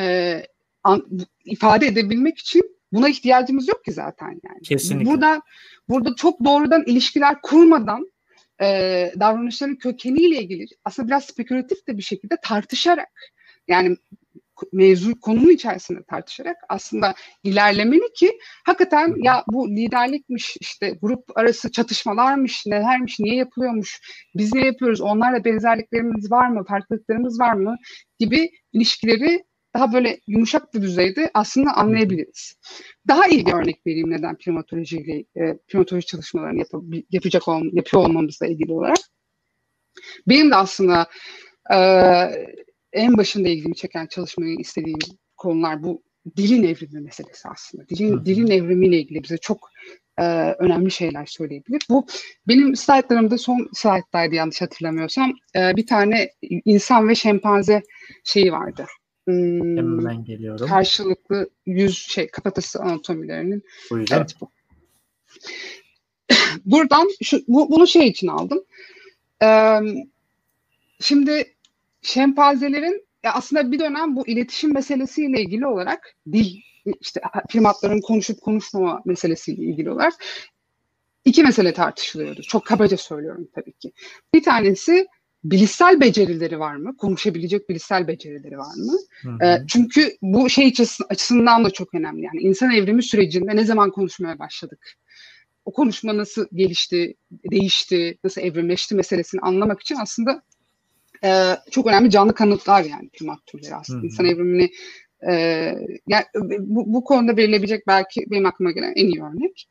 ifade edebilmek için buna ihtiyacımız yok ki zaten yani. Kesinlikle. Burada çok doğrudan ilişkiler kurmadan davranışların kökeniyle ilgili aslında biraz spekülatif de bir şekilde tartışarak yani konunun içerisinde tartışarak aslında ilerlemeli ki hakikaten ya bu liderlikmiş işte grup arası çatışmalarmış nelermiş niye yapılıyormuş biz ne yapıyoruz onlarla benzerliklerimiz var mı farklılıklarımız var mı gibi ilişkileri daha böyle yumuşak bir düzeyde aslında anlayabiliriz. Daha iyi bir örnek vereyim neden primatoloji çalışmalarını yapıyor olmamızla ilgili olarak. Benim de aslında en başında ilgimi çeken çalışmayı istediğim konular bu dilin evrimi meselesi aslında. Dilin evrimiyle ilgili bize çok önemli şeyler söyleyebilir. Bu benim slaytlarımda son slayttaydı yanlış hatırlamıyorsam bir tane insan ve şempanze şeyi vardı. Hemen geliyorum. Karşılıklı kafatası anatomilerinin. Buyurun. Evet bu. Buradan bunu şey için aldım. Şimdi şempanzelerin aslında bir dönem bu iletişim meselesiyle ilgili olarak dil işte primatların konuşup konuşmama meselesiyle ilgili olarak 2 mesele tartışılıyordu. Çok kabaca söylüyorum tabii ki. Bir tanesi bilişsel becerileri var mı? Konuşabilecek bilişsel becerileri var mı? Çünkü bu şey açısından da çok önemli. Yani insan evrimi sürecinde ne zaman konuşmaya başladık? O konuşma nasıl gelişti, değişti, nasıl evrimleşti meselesini anlamak için aslında çok önemli canlı kanıtlar yani primat türleri aslında. İnsan evrimini yani bu konuda verilebilecek belki benim aklıma gelen en iyi örnek.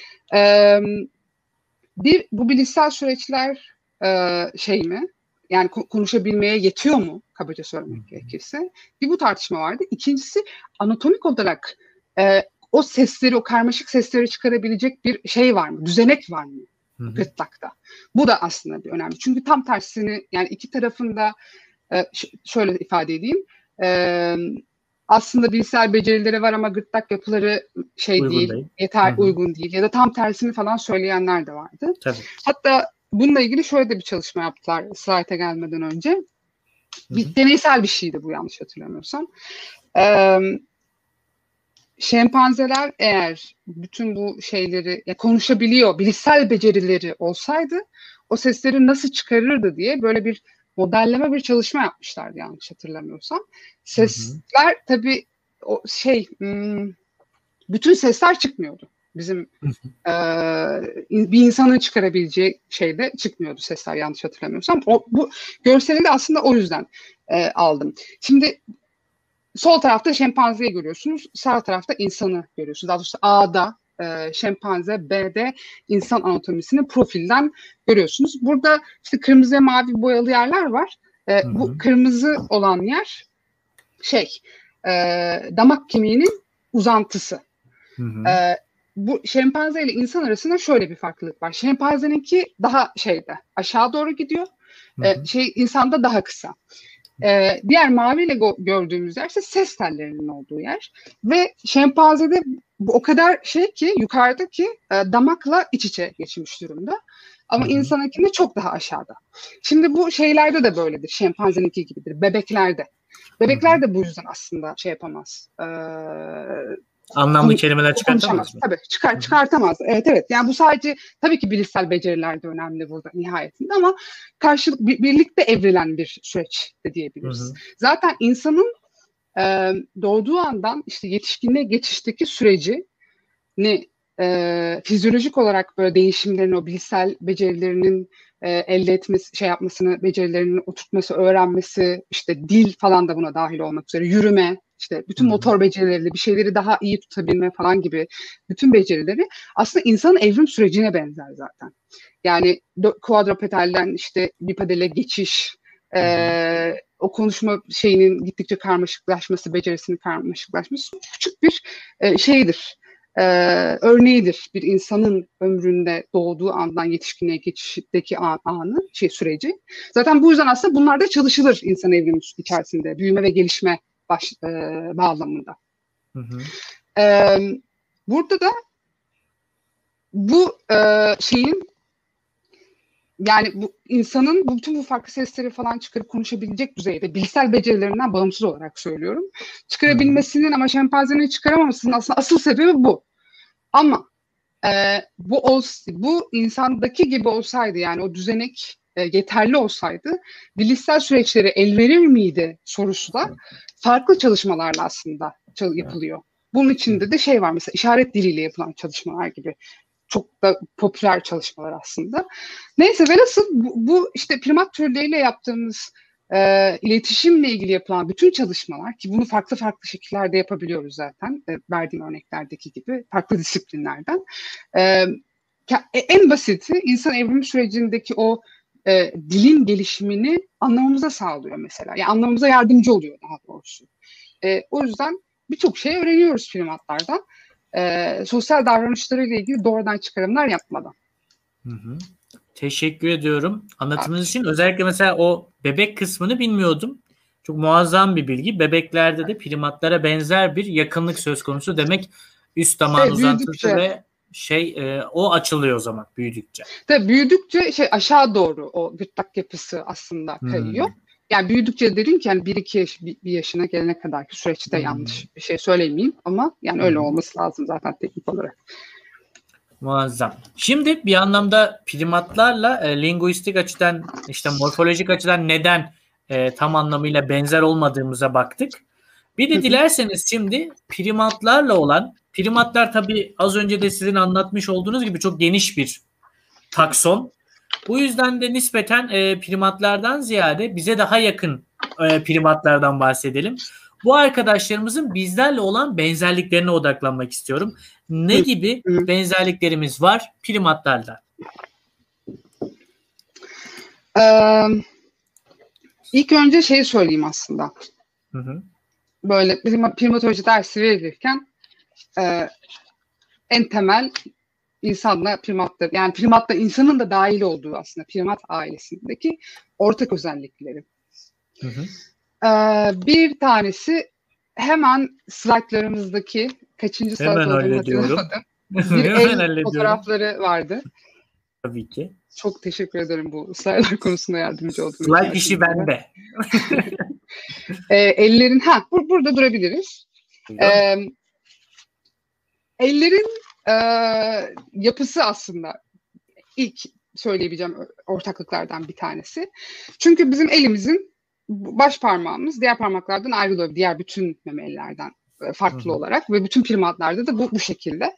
Bu bilişsel süreçler şey mi? Yani konuşabilmeye yetiyor mu? Kabaca söylemek gerekirse. Bir bu tartışma vardı. İkincisi anatomik olarak o sesleri, o karmaşık sesleri çıkarabilecek bir şey var mı? Düzenek var mı? Gırtlakta. Bu da aslında bir önemli. Çünkü tam tersini yani iki tarafında şöyle ifade edeyim. Aslında bilişsel becerileri var ama gırtlak yapıları uygun değil. Ya da tam tersini falan söyleyenler de vardı. Tabii. Hatta bununla ilgili şöyle de bir çalışma yaptılar slayta gelmeden önce. Bir deneysel bir şeydi bu yanlış hatırlamıyorsam. Şempanzeler eğer bütün bu şeyleri konuşabiliyor, bilişsel becerileri olsaydı o sesleri nasıl çıkarırdı diye böyle bir modelleme bir çalışma yapmışlardı yanlış hatırlamıyorsam. Sesler tabii o bütün sesler çıkmıyordu. Bizim bir insanın çıkarabileceği şeyde çıkmıyordu sesler yanlış hatırlamıyorsam. Bu görseli de aslında o yüzden aldım. Şimdi sol tarafta şempanzeyi görüyorsunuz, sağ tarafta insanı görüyorsunuz. Daha doğrusu A'da şempanze, B'de insan anatomisini profilden görüyorsunuz. Burada işte kırmızı ve mavi boyalı yerler var. Bu kırmızı olan yer damak kemiğinin uzantısı. Bu şempanze ile insan arasında şöyle bir farklılık var. Şempanzeninki daha aşağı doğru gidiyor. İnsanda daha kısa. Diğer maviyle gördüğümüz yer ise ses tellerinin olduğu yer. Ve şempanzede bu o kadar ki yukarıdaki damakla iç içe geçmiş durumda. Ama insanınkinde çok daha aşağıda. Şimdi bu şeylerde de böyledir. Şempanzeninki gibidir. Bebeklerde. Bebekler de bu yüzden aslında yapamaz. Anlamlı kelimeler çıkartamaz mı? Tabii çıkartamaz. Evet. Yani bu sadece tabii ki bilişsel beceriler de önemli burada nihayetinde ama birlikte evrilen bir süreç de diyebiliriz. Zaten insanın doğduğu andan işte yetişkinliğe geçişteki sürecini fizyolojik olarak böyle değişimlerini, o bilişsel becerilerinin elde etmesi, yapmasını, becerilerinin oturtması, öğrenmesi, işte dil falan da buna dahil olmak üzere, yürüme, işte bütün motor becerileri, bir şeyleri daha iyi tutabilme falan gibi bütün becerileri aslında insanın evrim sürecine benzer zaten. Yani kuadrupedalden işte bipedale geçiş, o konuşma şeyinin gittikçe karmaşıklaşması, becerisinin karmaşıklaşması küçük bir örneğidir bir insanın ömründe doğduğu andan yetişkinliğe geçişteki süreci. Zaten bu yüzden aslında bunlar da çalışılır insan evrimi içerisinde, büyüme ve gelişme bağlamında. Burada da bu yani bu insanın bütün bu farklı sesleri falan çıkarıp konuşabilecek düzeyde bilişsel becerilerinden bağımsız olarak söylüyorum. Çıkarabilmesinin ama şempanzenin çıkaramamasının aslında asıl sebebi bu. Ama bu insandaki gibi olsaydı, yani o düzenek yeterli olsaydı bilişsel süreçleri el verir miydi sorusu da farklı çalışmalarla aslında yapılıyor. Bunun içinde de var mesela işaret diliyle yapılan çalışmalar gibi. Çok da popüler çalışmalar aslında. Neyse velhasıl bu işte primat türleriyle yaptığımız iletişimle ilgili yapılan bütün çalışmalar, ki bunu farklı şekillerde yapabiliyoruz zaten verdiğim örneklerdeki gibi farklı disiplinlerden. En basiti insan evrimi sürecindeki o dilin gelişimini anlamamıza sağlıyor mesela. Yani anlamamıza yardımcı oluyor daha doğrusu. O yüzden birçok şey öğreniyoruz primatlardan. Sosyal davranışlarıyla ilgili doğrudan çıkarımlar yapmadan. Teşekkür ediyorum anlatımınız için. Özellikle mesela o bebek kısmını bilmiyordum. Çok muazzam bir bilgi. Bebeklerde de primatlara benzer bir yakınlık söz konusu demek. Üst damağın uzantısı ve o açılıyor o zaman büyüdükçe. Tabii büyüdükçe aşağı doğru o gırtlak yapısı aslında kayıyor. Yani büyüdükçe dedim ki yani 1-2 yaşına gelene kadarki süreçte yanlış bir şey söylemeyeyim ama yani öyle olması lazım zaten teknik olarak. Muazzam. Şimdi bir anlamda primatlarla linguistik açıdan, işte morfolojik açıdan neden tam anlamıyla benzer olmadığımıza baktık. Bir de dilerseniz şimdi primatlar tabii az önce de sizin anlatmış olduğunuz gibi çok geniş bir takson. Bu yüzden de nispeten primatlardan ziyade bize daha yakın primatlardan bahsedelim. Bu arkadaşlarımızın bizlerle olan benzerliklerine odaklanmak istiyorum. Ne gibi benzerliklerimiz var primatlarla? İlk önce söyleyeyim aslında. Böyle primatoloji dersi verilirken en temel insanla primatlar, yani primatla insanın da dahil olduğu aslında primat ailesindeki ortak özellikleri. Bir tanesi hemen slaytlarımızdaki kaçıncı slayt olduğunu hatırlamadım. Bir el fotoğrafları vardı. Tabii ki. Çok teşekkür ederim bu slaytlar konusunda yardımcı olduğunuz için. Slayt işi bende. Ellerin, burada durabiliriz. Ellerin yapısı aslında ilk söyleyebileceğim ortaklıklardan bir tanesi. Çünkü bizim elimizin baş parmağımız diğer parmaklardan ayrılıyor. Diğer bütün memelilerden farklı olarak ve bütün primatlarda da bu şekilde.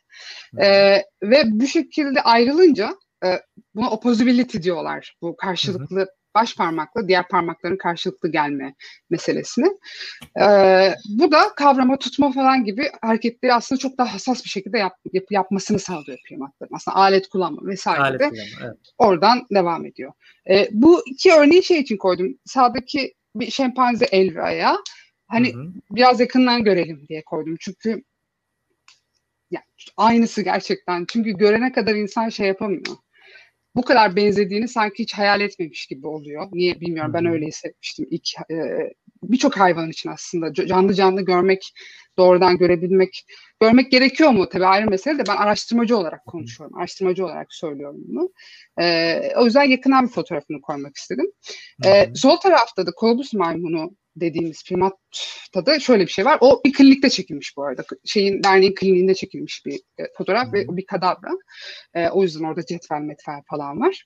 Ve bu şekilde ayrılınca buna opposability diyorlar. Bu karşılıklı baş parmakla diğer parmakların karşılıklı gelme meselesine. Bu da kavrama, tutma falan gibi hareketleri aslında çok daha hassas bir şekilde yapmasını sağlıyor primatların. Aslında alet kullanma vesaire de evet. Oradan devam ediyor. Bu iki örneği şey için koydum. Sağdaki bir şempanze el ve ayağı. Hani biraz yakından görelim diye koydum. Çünkü yani aynısı gerçekten. Çünkü görene kadar insan şey yapamıyor. Bu kadar benzediğini sanki hiç hayal etmemiş gibi oluyor. Niye bilmiyorum. Ben öyle hissetmiştim. Birçok hayvan için aslında canlı canlı görmek, doğrudan görmek gerekiyor mu? Tabii ayrı mesele de ben araştırmacı olarak konuşuyorum. Araştırmacı olarak söylüyorum bunu. O yüzden yakından bir fotoğrafını koymak istedim. Sol tarafta da kolobus maymunu dediğimiz primatta da şöyle bir şey var. O bir klinikte çekilmiş bu arada. Derneğin kliniğinde çekilmiş bir fotoğraf ve bir kadavra. O yüzden orada cetvel falan var.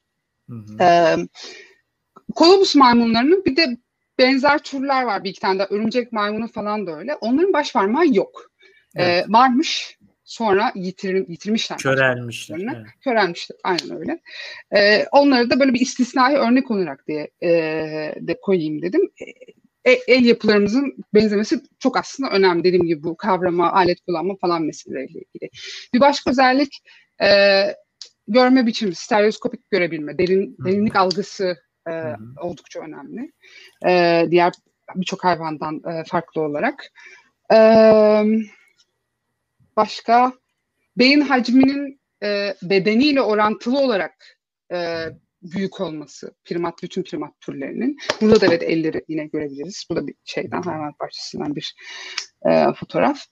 Kolobus maymunlarının bir de benzer türler var. Bir iki tane de örümcek maymunu falan da öyle. Onların baş parmağı yok. Evet. Varmış. Sonra yitirmişler. Körelmişler. Evet. Körelmişler. Aynen öyle. Onları da böyle bir istisnai örnek olarak diye de koyayım dedim. El yapılarımızın benzemesi çok aslında önemli. Dediğim gibi bu kavrama, alet kullanma falan meseleleriyle ilgili. Bir başka özellik görme biçimi, stereoskopik görebilme, derinlik algısı oldukça önemli. Diğer birçok hayvandan farklı olarak. Başka beyin hacminin bedeniyle orantılı olarak büyük olması bütün primat türlerinin. Burada da evet elleri yine görebiliriz. Bu da bir şeyden, hayvanat bahçesinden bir fotoğraf.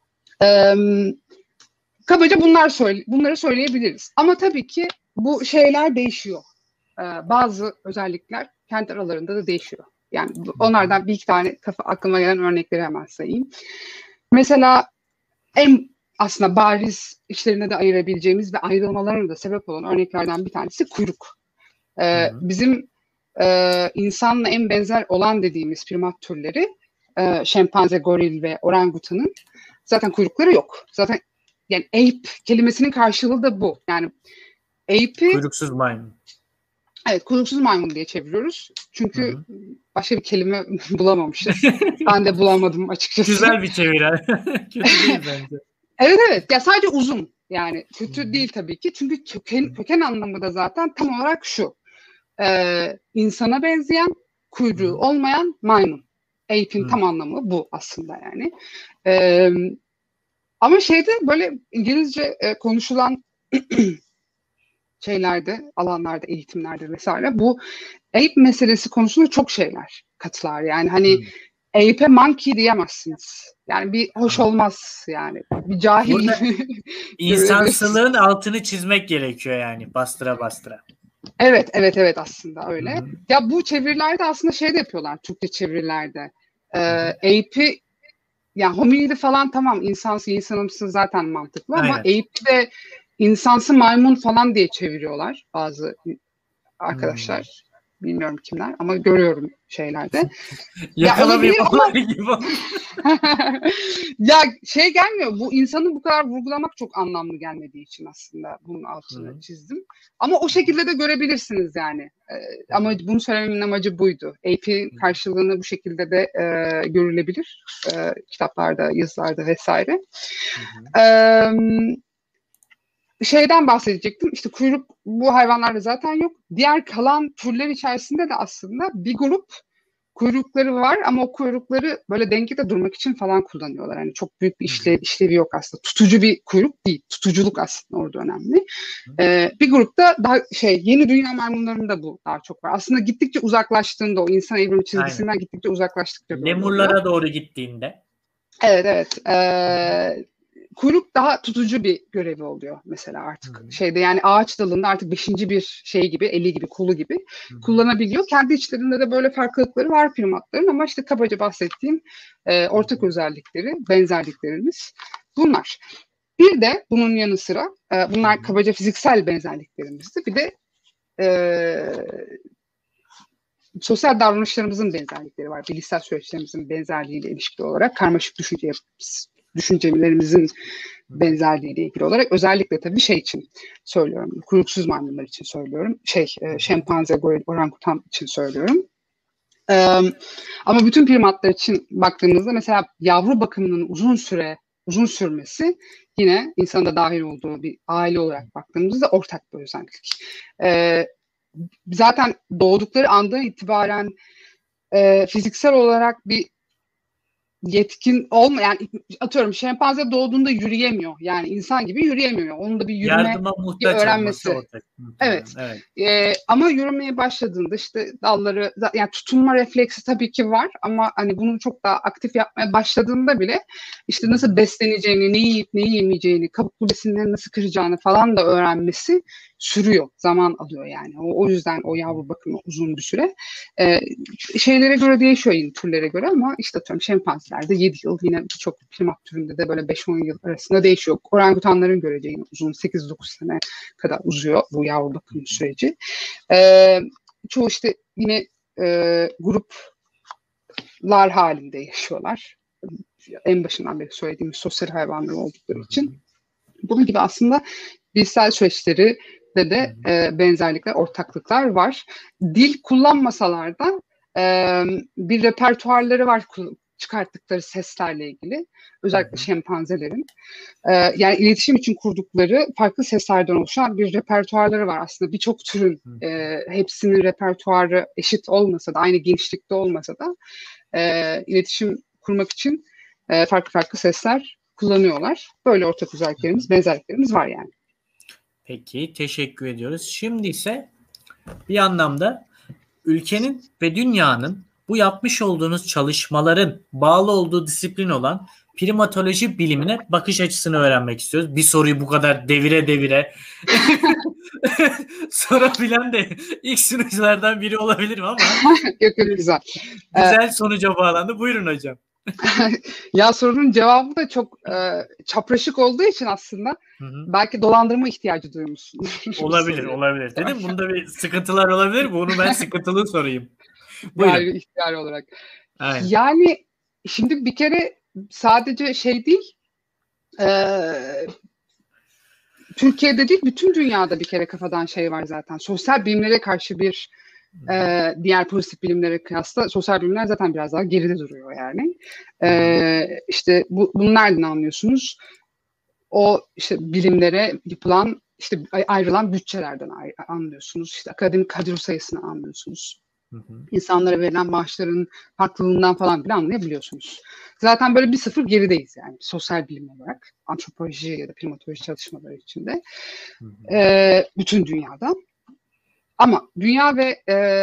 Kabaca bunları söyleyebiliriz. Ama tabii ki bu şeyler değişiyor. Bazı özellikler kendi aralarında da değişiyor. Yani onlardan bir iki tane aklıma gelen örnekleri hemen sayayım. Mesela en aslında bariz içlerine de ayırabileceğimiz ve ayrılmalarına da sebep olan örneklerden bir tanesi kuyruk. Bizim insanla en benzer olan dediğimiz primat türleri şempanze, goril ve orangutanın zaten kuyrukları yok. Zaten yani ape kelimesinin karşılığı da bu. Yani ape'i kuyruksuz maymun. Evet, kuyruksuz maymun diye çeviriyoruz. Çünkü başka bir kelime bulamamışız. Ben de bulamadım açıkçası. Güzel bir çeviri. Kötü değil bence. Evet. Ya sadece uzun. Yani kötü değil tabii ki. Çünkü köken anlamı da zaten tam olarak şu. İnsana benzeyen, kuyruğu olmayan maymun. Ape'in tam anlamı bu aslında yani. Ama böyle İngilizce konuşulan alanlarda, eğitimlerde vesaire bu ape meselesi konusunda çok şeyler katılar. Yani hani ape'e monkey diyemezsiniz. Yani bir hoş olmaz yani. Bir cahil gibi. İnsansılığın altını çizmek gerekiyor yani bastıra bastıra. Evet aslında öyle. Ya bu çevirilerde aslında de yapıyorlar Türkçe çevirilerde. Ape'i yani hominidi falan tamam insanımsı zaten mantıklı ama ape'i de insansı maymun falan diye çeviriyorlar bazı arkadaşlar. Bilmiyorum kimler ama görüyorum şeylerde. Yakalamayayım ama gibi. Ya gelmiyor. Bu insanı bu kadar vurgulamak çok anlamlı gelmediği için aslında bunun altını çizdim. Ama o şekilde de görebilirsiniz yani. Ama bunu söylememin amacı buydu. AP karşılığını bu şekilde de görülebilir. Kitaplarda, yazılarda vesaire. Bahsedecektim. İşte kuyruk bu hayvanlarda zaten yok. Diğer kalan türler içerisinde de aslında bir grup kuyrukları var ama o kuyrukları böyle dengede durmak için falan kullanıyorlar. Yani çok büyük bir işlevi yok aslında. Tutucu bir kuyruk değil. Tutuculuk aslında orada önemli. Bir grupta daha yeni dünya maymunlarında bu daha çok var. Aslında gittikçe uzaklaştığında o insan evrimi çizgisinden gittikçe uzaklaştıkça lemurlara doğru gittiğinde. Evet. Kuyruk daha tutucu bir görevi oluyor mesela artık. Yani ağaç dalında artık 5. bir gibi, eli gibi, kolu gibi kullanabiliyor. Kendi içlerinde de böyle farklılıkları var primatların ama işte kabaca bahsettiğim ortak özellikleri, benzerliklerimiz bunlar. Bir de bunun yanı sıra bunlar kabaca fiziksel benzerliklerimizdi. Bir de sosyal davranışlarımızın benzerlikleri var. Bilişsel süreçlerimizin benzerliğiyle ilişkili olarak karmaşık düşüncelerimizin benzerliğiyle ilgili olarak özellikle tabii şey için söylüyorum. Kuyruksuz maymunlar için söylüyorum. Şempanze, goril, orangutan için söylüyorum. Ama bütün primatlar için baktığımızda mesela yavru bakımının uzun sürmesi yine insanın da dahil olduğu bir aile olarak baktığımızda ortak bir özellik. Zaten doğdukları andan itibaren fiziksel olarak bir yetkin yani atıyorum şempanze doğduğunda yürüyemiyor. Yani insan gibi yürüyemiyor. Onun da bir yardıma muhtaç öğrenmesi. olması ortak. Evet. Ama yürümeye başladığında işte dalları, yani tutunma refleksi tabii ki var ama hani bunu çok daha aktif yapmaya başladığında bile işte nasıl besleneceğini, neyi yiyip neyi yemeyeceğini, kabuklu besinleri nasıl kıracağını falan da öğrenmesi sürüyor. Zaman alıyor yani. O yüzden o yavru bakımı uzun bir süre. Şeylere göre değişiyor yine, türlere göre, ama işte atıyorum şempanzelerde 7 yıl, yine birçok primat türünde de böyle 5-10 yıl arasında değişiyor. Orangutanların göreceği yine uzun, 8-9 sene kadar uzuyor bu yavru bakım süreci. Çoğu işte yine gruplar halinde yaşıyorlar. En başından beri söylediğimiz sosyal hayvanlar oldukları için. Bunun gibi aslında bilişsel süreçleri de benzerlikler, ortaklıklar var. Dil kullanmasalar da bir repertuarları var çıkarttıkları seslerle ilgili. Özellikle şempanzelerin. Yani iletişim için kurdukları farklı seslerden oluşan bir repertuarları var. Aslında birçok türün hepsinin repertuarı eşit olmasa da, aynı genişlikte olmasa da iletişim kurmak için farklı farklı sesler kullanıyorlar. Böyle ortak özelliklerimiz, benzerliklerimiz var yani. Peki, teşekkür ediyoruz. Şimdi ise bir anlamda ülkenin ve dünyanın bu yapmış olduğunuz çalışmaların bağlı olduğu disiplin olan primatoloji bilimine bakış açısını öğrenmek istiyoruz. Bir soruyu bu kadar devire sorabilen de ilk sunuculardan biri olabilirim ama Yok, güzel. Güzel sonuca bağlandı. Buyurun hocam. Ya sorunun cevabı da çok çapraşık olduğu için aslında belki dolandırma ihtiyacı duymuşsun. Olabilir. Dedim bunda bir sıkıntılar olabilir. Bunu ben sıkıntılı sorayım. Buyurun. İhtiyar olarak. Aynen. Yani şimdi bir kere sadece şey değil, Türkiye'de değil, bütün dünyada bir kere kafadan şey var zaten. Sosyal bilimlere karşı bir diğer pozitif bilimlere kıyasla sosyal bilimler zaten biraz daha geride duruyor yani. İşte bunu nereden anlıyorsunuz? O işte bilimlere yapılan, işte ayrılan bütçelerden anlıyorsunuz. İşte akademik kadro sayısını anlıyorsunuz. İnsanlara verilen maaşların farklılığından falan bile anlayabiliyorsunuz. Zaten böyle 1-0 gerideyiz yani sosyal bilim olarak. Antropoloji ya da primatoloji çalışmaları içinde. Bütün dünyada. Ama dünya ve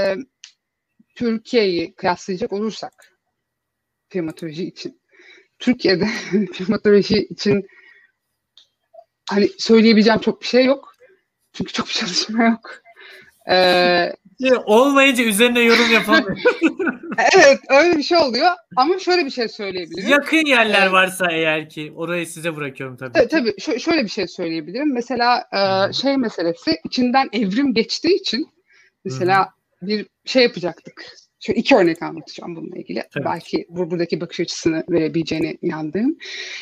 Türkiye'yi kıyaslayacak olursak primatoloji için, Türkiye'de primatoloji için hani söyleyebileceğim çok bir şey yok. Çünkü çok bir çalışma yok. Olmayınca üzerine yorum yapamıyorum. Evet, öyle bir şey oluyor. Ama şöyle bir şey söyleyebilirim. Yakın yerler varsa eğer ki, orayı size bırakıyorum tabii ki. Tabii şöyle bir şey söyleyebilirim. Mesela şey meselesi, içinden evrim geçtiği için mesela bir şey yapacaktık. Şöyle 2 örnek anlatacağım bununla ilgili. Tabii. Belki buradaki bakış açısını verebileceğine inandığım.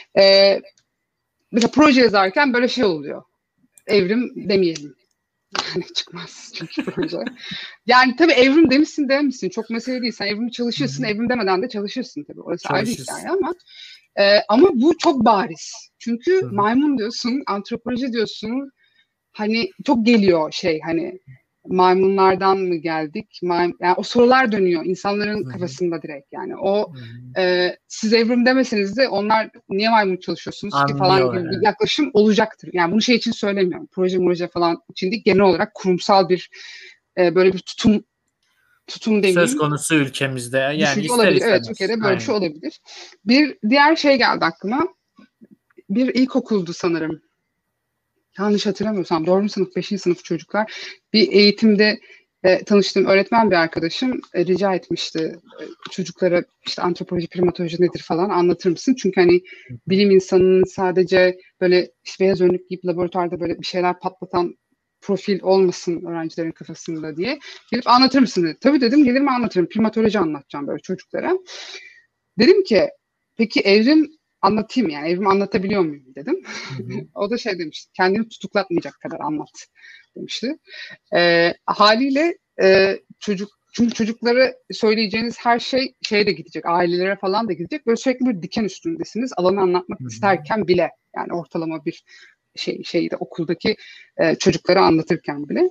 Mesela proje yazarken böyle şey oluyor. Evrim demeyelim. Yani çıkmaz çünkü proje. Yani tabii evrim demişsin. Çok mesele değil. Sen evrimi çalışırsın. Evrim demeden de çalışırsın tabii. Orası ayrı hikaye ama bu çok bariz. Çünkü maymun diyorsun, antropoloji diyorsun. Hani çok geliyor şey, hani maymunlardan mı geldik? Yani o sorular dönüyor insanların kafasında direkt yani. O siz evrim demeseniz de onlar niye maymun çalışıyorsunuz ki falan gibi bir yaklaşım olacaktır. Yani bunu şey için söylemiyorum. Proje falan için değil, genel olarak kurumsal bir böyle bir tutum demeyeyim. Söz konusu ülkemizde. Yani ister olabilir. istemez. Evet, Türkiye'de böyle bir şey olabilir. Bir diğer şey geldi aklıma. Bir ilkokuldu sanırım. Yanlış hatırlamıyorsam 4. sınıf, 5. sınıf çocuklar. Bir eğitimde tanıştığım öğretmen bir arkadaşım rica etmişti çocuklara, işte antropoloji, primatoloji nedir falan anlatır mısın? Çünkü hani bilim insanının sadece böyle işte beyaz önlük giyip laboratuvarda böyle bir şeyler patlatan profil olmasın öğrencilerin kafasında diye. Gelip anlatır mısın dedi. Tabii dedim, gelirim anlatırım. Primatoloji anlatacağım böyle çocuklara. Dedim ki peki evrim anlatayım yani evimi anlatabiliyor muyum dedim. O da şey demişti, kendini tutuklatmayacak kadar anlat demişti. Haliyle çünkü çocuklara söyleyeceğiniz her şey şeye de gidecek, ailelere falan da gidecek. Böyle sürekli bir diken üstündesiniz alanı anlatmak isterken bile, yani ortalama bir şeyde okuldaki çocuklara anlatırken bile.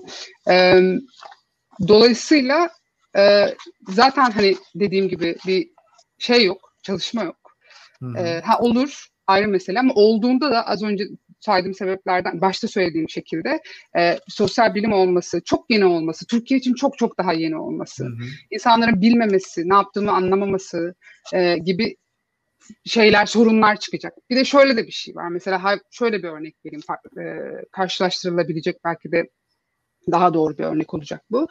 Dolayısıyla zaten hani dediğim gibi bir şey yok, çalışma yok. Olur ayrı mesele ama olduğunda da az önce saydığım sebeplerden başta söylediğim şekilde sosyal bilim olması, çok yeni olması, Türkiye için çok çok daha yeni olması, insanların bilmemesi, ne yaptığını anlamaması gibi sorunlar çıkacak. Bir de şöyle de bir şey var. Mesela şöyle bir örnek vereyim. Karşılaştırılabilecek belki de daha doğru bir örnek olacak bu.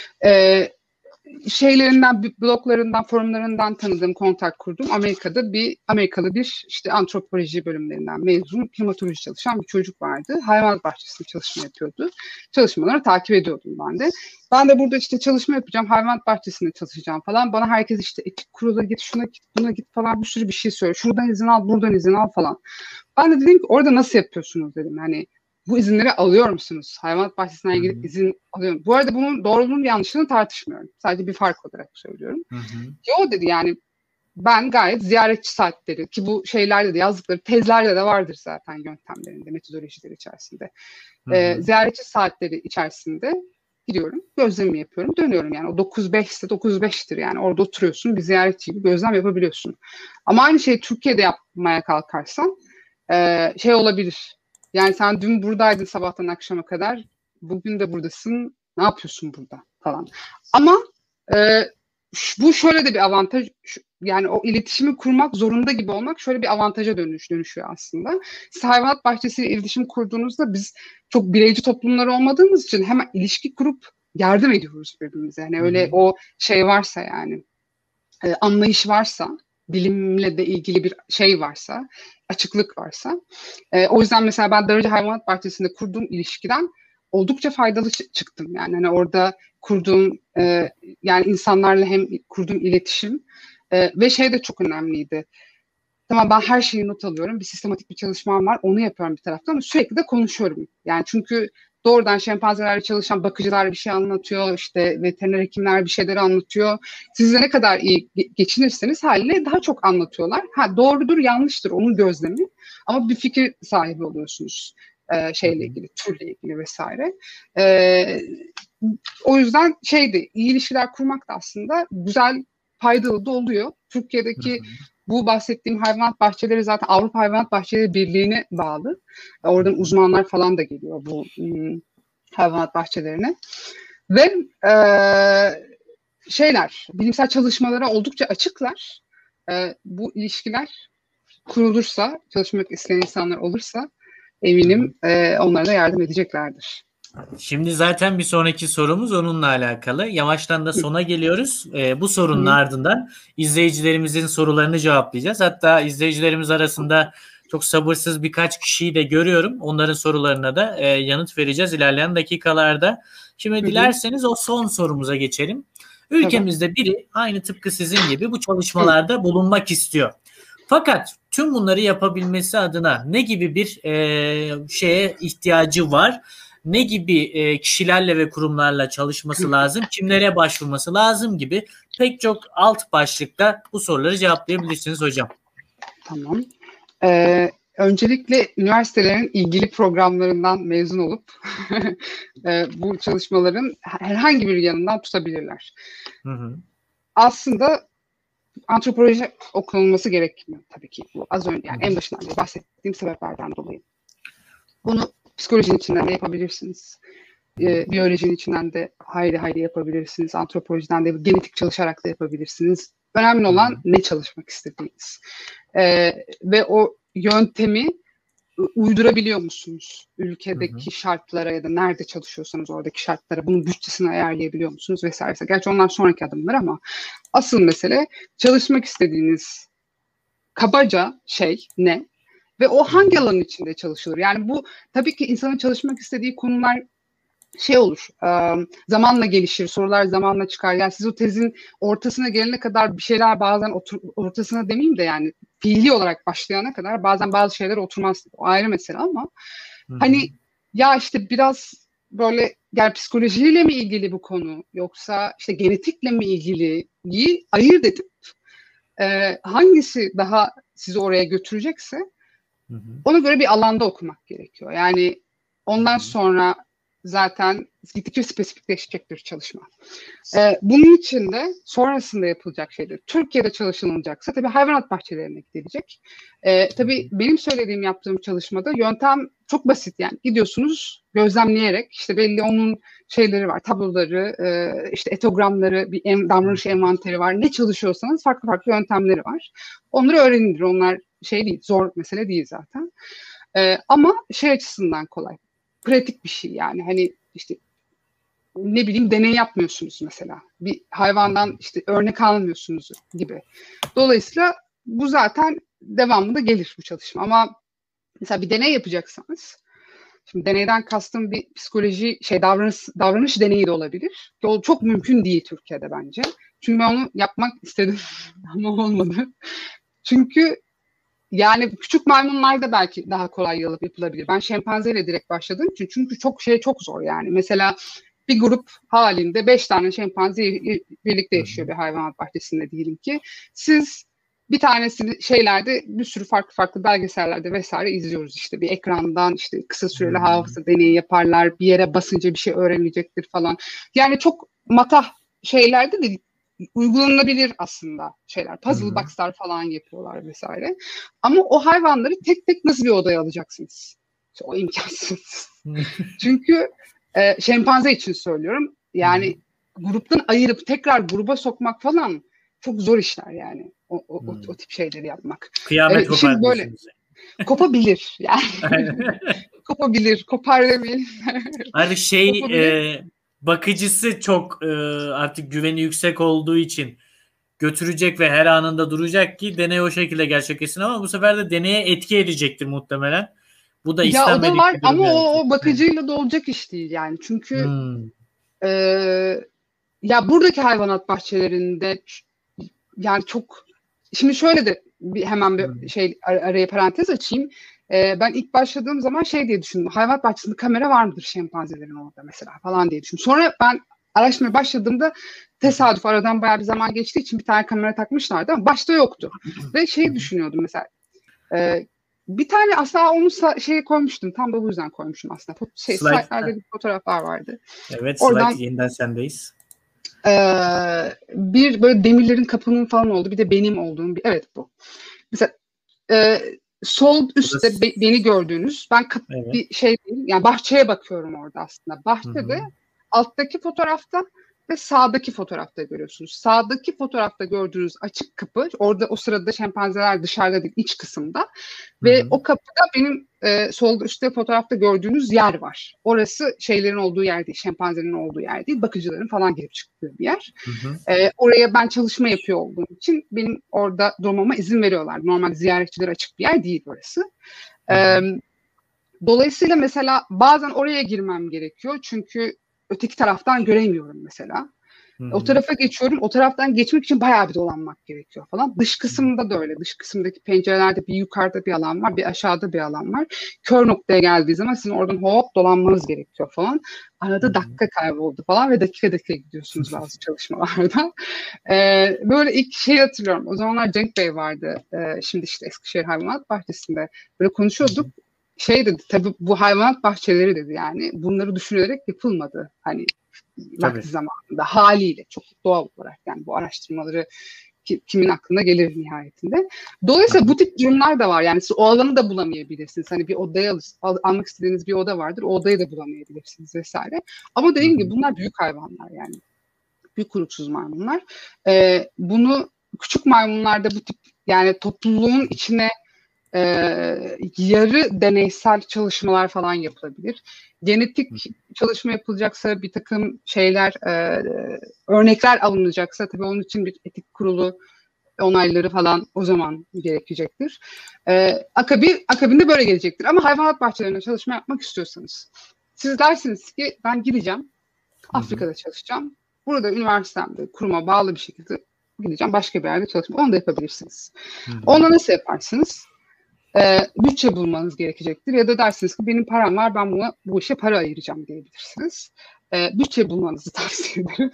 Bloglarından, forumlarından tanıdığım, kontak kurdum. Amerikalı bir işte antropoloji bölümlerinden mezun, klimatoloji çalışan bir çocuk vardı. Hayvanat bahçesinde çalışma yapıyordu. Çalışmaları takip ediyordum ben de. Ben de burada işte çalışma yapacağım, hayvanat bahçesinde çalışacağım falan. Bana herkes işte etik kurula git, şuna git, buna git falan bir sürü bir şey söylüyor. Şuradan izin al, buradan izin al falan. Ben de dedim ki orada nasıl yapıyorsunuz dedim. Hani bu izinleri alıyor musunuz? Hayvanat bahçesine gidip izin alıyor. Bu arada bunun doğruluğunu yanlışlığını tartışmıyorum. Sadece bir fark olarak söylüyorum. Yo dedi, yani ben gayet ziyaretçi saatleri, ki bu şeylerde de yazdıkları tezlerde de vardır zaten yöntemlerinde, metodolojileri içerisinde. Ziyaretçi saatleri içerisinde gidiyorum, gözlemimi yapıyorum, dönüyorum. Yani o 9-5 ise 9-5'tir yani. Orada oturuyorsun, bir ziyaretçi gibi gözlem yapabiliyorsun. Ama aynı şeyi Türkiye'de yapmaya kalkarsan olabilir. Yani sen dün buradaydın sabahtan akşama kadar, bugün de buradasın, ne yapıyorsun burada falan. Ama bu şöyle de bir avantaj, yani o iletişimi kurmak zorunda gibi olmak şöyle bir avantaja dönüşüyor aslında. Siz hayvanat bahçesiyle iletişim kurduğunuzda biz çok bireyci toplumlar olmadığımız için hemen ilişki kurup yardım ediyoruz birbirimize. Yani öyle o şey varsa, yani anlayış varsa, bilimle de ilgili bir şey varsa, açıklık varsa. O yüzden mesela ben Darıca Hayvanat Bahçesi'nde kurduğum ilişkiden oldukça faydalı çıktım. Yani hani orada kurduğum yani insanlarla hem kurduğum iletişim ve şey de çok önemliydi. Tamam, ben her şeyi not alıyorum. Bir sistematik bir çalışmam var. Onu yapıyorum bir taraftan ama sürekli de konuşuyorum. Yani çünkü doğrudan şempanzelerle çalışan bakıcılar bir şey anlatıyor. İşte veteriner hekimler bir şeyleri anlatıyor. Sizle ne kadar iyi geçinirseniz haliyle daha çok anlatıyorlar. Doğrudur, yanlıştır onun gözlemi. Ama bir fikir sahibi oluyorsunuz. Şeyle ilgili, türle ilgili vesaire. O yüzden iyi ilişkiler kurmak da aslında güzel, faydalı da oluyor. Türkiye'deki bu bahsettiğim hayvanat bahçeleri zaten Avrupa Hayvanat Bahçeleri Birliği'ne bağlı. Oradan uzmanlar falan da geliyor bu hayvanat bahçelerine. Ve bilimsel çalışmalara oldukça açıklar. Bu ilişkiler kurulursa, çalışmak isteyen insanlar olursa eminim onlara da yardım edeceklerdir. Şimdi zaten bir sonraki sorumuz onunla alakalı. Yavaştan da sona geliyoruz. Bu sorunun ardından izleyicilerimizin sorularını cevaplayacağız. Hatta izleyicilerimiz arasında çok sabırsız birkaç kişiyi de görüyorum. Onların sorularına da yanıt vereceğiz ilerleyen dakikalarda. Şimdi dilerseniz o son sorumuza geçelim. Ülkemizde biri aynı tıpkı sizin gibi bu çalışmalarda bulunmak istiyor. Fakat tüm bunları yapabilmesi adına ne gibi bir şeye ihtiyacı var? Ne gibi kişilerle ve kurumlarla çalışması lazım? Kimlere başvurması lazım gibi pek çok alt başlıkta bu soruları cevaplayabilirsiniz hocam. Tamam. Öncelikle üniversitelerin ilgili programlarından mezun olup bu çalışmaların herhangi bir yanından tutabilirler. Aslında antropoloji okunulması gerekmiyor tabii ki. Bu az önce yani en başından beri bahsettiğim sebeplerden dolayı. Bunu psikolojinin içinden de yapabilirsiniz. Biyolojinin içinden de hayli yapabilirsiniz. Antropolojiden de genetik çalışarak da yapabilirsiniz. Önemli olan ne çalışmak istediğiniz. Ve o yöntemi uydurabiliyor musunuz? Ülkedeki şartlara ya da nerede çalışıyorsanız oradaki şartlara bunun bütçesini ayarlayabiliyor musunuz vesaire. Gerçi onlar sonraki adımlar ama asıl mesele çalışmak istediğiniz kabaca ne? Ve o hangi alanın içinde çalışılır? Yani bu tabii ki insanın çalışmak istediği konular şey olur, zamanla gelişir, sorular zamanla çıkar. Yani siz o tezin ortasına gelene kadar bir şeyler bazen ortasına demeyeyim de yani fiili olarak başlayana kadar bazen bazı şeyler oturmaz. O ayrı mesele ama hani ya işte biraz böyle yani psikolojiyle mi ilgili bu konu yoksa işte genetikle mi ilgiliyi ayırt edip hangisi daha sizi oraya götürecekse ona göre bir alanda okumak gerekiyor. Yani ondan sonra zaten gittikçe spesifikleşecektir çalışma. Bunun için de sonrasında yapılacak şeyler. Türkiye'de çalışılacaksa tabii hayvanat bahçelerine gidilecek. Tabii benim söylediğim, yaptığım çalışmada yöntem çok basit yani. Gidiyorsunuz gözlemleyerek işte belli onun şeyleri var, tabloları, işte etogramları, bir davranış envanteri var. Ne çalışıyorsanız farklı farklı yöntemleri var. Onları öğrenilir. Onlar şey değil, zor mesele değil zaten. Ama şey açısından kolay. Pratik bir şey yani. Hani işte ne bileyim deney yapmıyorsunuz mesela. Bir hayvandan işte örnek almıyorsunuz gibi. Dolayısıyla bu zaten devamında gelir bu çalışma. Ama mesela bir deney yapacaksanız, şimdi deneyden kastım bir psikoloji davranış deneyi de olabilir. O çok mümkün değil Türkiye'de bence. Çünkü ben onu yapmak istedim ama olmadı. Çünkü yani küçük maymunlarda belki daha kolay yapılabilir. Ben şempanzeyle direkt başladım. Çünkü çok zor yani. Mesela bir grup halinde 5 tane şempanze birlikte yaşıyor bir hayvanat bahçesinde diyelim ki. Siz bir tanesini şeylerde bir sürü farklı farklı belgesellerde vesaire izliyoruz işte bir ekrandan işte kısa süreli hafıza deneyi yaparlar. Bir yere basınca bir şey öğrenecektir falan. Yani çok matah şeylerde de uygulanabilir aslında şeyler. Puzzle box'lar falan yapıyorlar vesaire. Ama o hayvanları tek tek nasıl bir odaya alacaksınız? İşte o imkansız. Çünkü şempanze için söylüyorum. Yani gruptan ayırıp tekrar gruba sokmak falan çok zor işler yani. O tip şeyleri yapmak. Kıyamet kopar böyle kopabilir yani. Kopabilir. Kopar demeyelim. Artık bakıcısı çok artık güveni yüksek olduğu için götürecek ve her anında duracak ki deney o şekilde gerçekleşsin ama bu sefer de deneye etki edecektir muhtemelen. Bu da ya o da istenmedik var bir durum. ama Yani. o bakıcıyla da olacak iş değil yani. Çünkü ya buradaki hayvanat bahçelerinde yani çok şimdi şöyle de hemen bir şey araya parantez açayım. Ben ilk başladığım zaman şey diye düşündüm. Hayvanat bahçesinde kamera var mıdır şempanzelerin orada mesela falan diye düşündüm. Sonra ben araştırmaya başladığımda tesadüf aradan bayağı bir zaman geçtiği için bir tane kamera takmışlardı ama başta yoktu. Ve şey düşünüyordum mesela. Bir tane aslında onu koymuştum. Tam da bu yüzden koymuşum aslında. Slide'larda bir fotoğraflar vardı. Evet, oradan, slide yeniden sendeyiz. Bir böyle demirlerin kapının falan olduğu bir de benim olduğum bir evet bu. Mesela sol üstte beni gördüğünüz ben bir şey değil yani bahçeye bakıyorum orada aslında. Bahçede alttaki fotoğrafta ve sağdaki fotoğrafta görüyorsunuz. Sağdaki fotoğrafta gördüğünüz açık kapı orada o sırada şempanzeler dışarıda değil iç kısımda ve o kapıda benim solda üstte fotoğrafta gördüğünüz yer var. Orası şeylerin olduğu yer değil, şempanzenin olduğu yer değil, bakıcıların falan girip çıktığı bir yer. Oraya ben çalışma yapıyor olduğum için benim orada durmama izin veriyorlar. Normal ziyaretçilere açık bir yer değil orası. Dolayısıyla mesela bazen oraya girmem gerekiyor çünkü öteki taraftan göremiyorum mesela. O tarafa geçiyorum. O taraftan geçmek için bayağı bir dolanmak gerekiyor falan. Dış kısımda da öyle. Dış kısımdaki pencerelerde bir yukarıda bir alan var, bir aşağıda bir alan var. Kör noktaya geldiği zaman sizin oradan hop dolanmanız gerekiyor falan. Arada dakika kayboldu falan ve dakika gidiyorsunuz bazı çalışmalarda. Böyle ilk şey hatırlıyorum. O zamanlar Cenk Bey vardı. Şimdi işte Eskişehir Hayvanat Bahçesi'nde böyle konuşuyorduk. Şey dedi tabii bu hayvanat bahçeleri dedi yani bunları düşünülerek yapılmadı. Hani vakti zamanında haliyle çok doğal olarak yani bu araştırmaları kimin aklına gelir nihayetinde. Dolayısıyla bu tip durumlar da var. Yani siz o alanı da bulamayabilirsiniz. Hani bir odaya almak istediğiniz bir oda vardır. O odayı da bulamayabilirsiniz vesaire. Ama dediğim gibi bunlar büyük hayvanlar yani. Büyük kuruksuz maymunlar. Bunu küçük maymunlarda bu tip yani topluluğun içine yarı deneysel çalışmalar falan yapılabilir. Genetik çalışma yapılacaksa bir takım şeyler, örnekler alınacaksa tabii onun için bir etik kurulu onayları falan o zaman gerekecektir. Akabinde böyle gelecektir. Ama hayvanat bahçelerinde çalışma yapmak istiyorsanız Siz dersiniz ki ben gideceğim, Afrika'da çalışacağım. Burada üniversitemde kuruma bağlı bir şekilde gideceğim, başka bir yerde çalışacağım. Onu da yapabilirsiniz. Onu nasıl yaparsınız? Bütçe bulmanız gerekecektir. Ya da dersiniz ki benim param var, ben bu işe para ayıracağım diyebilirsiniz. Bütçe bulmanızı tavsiye ederim.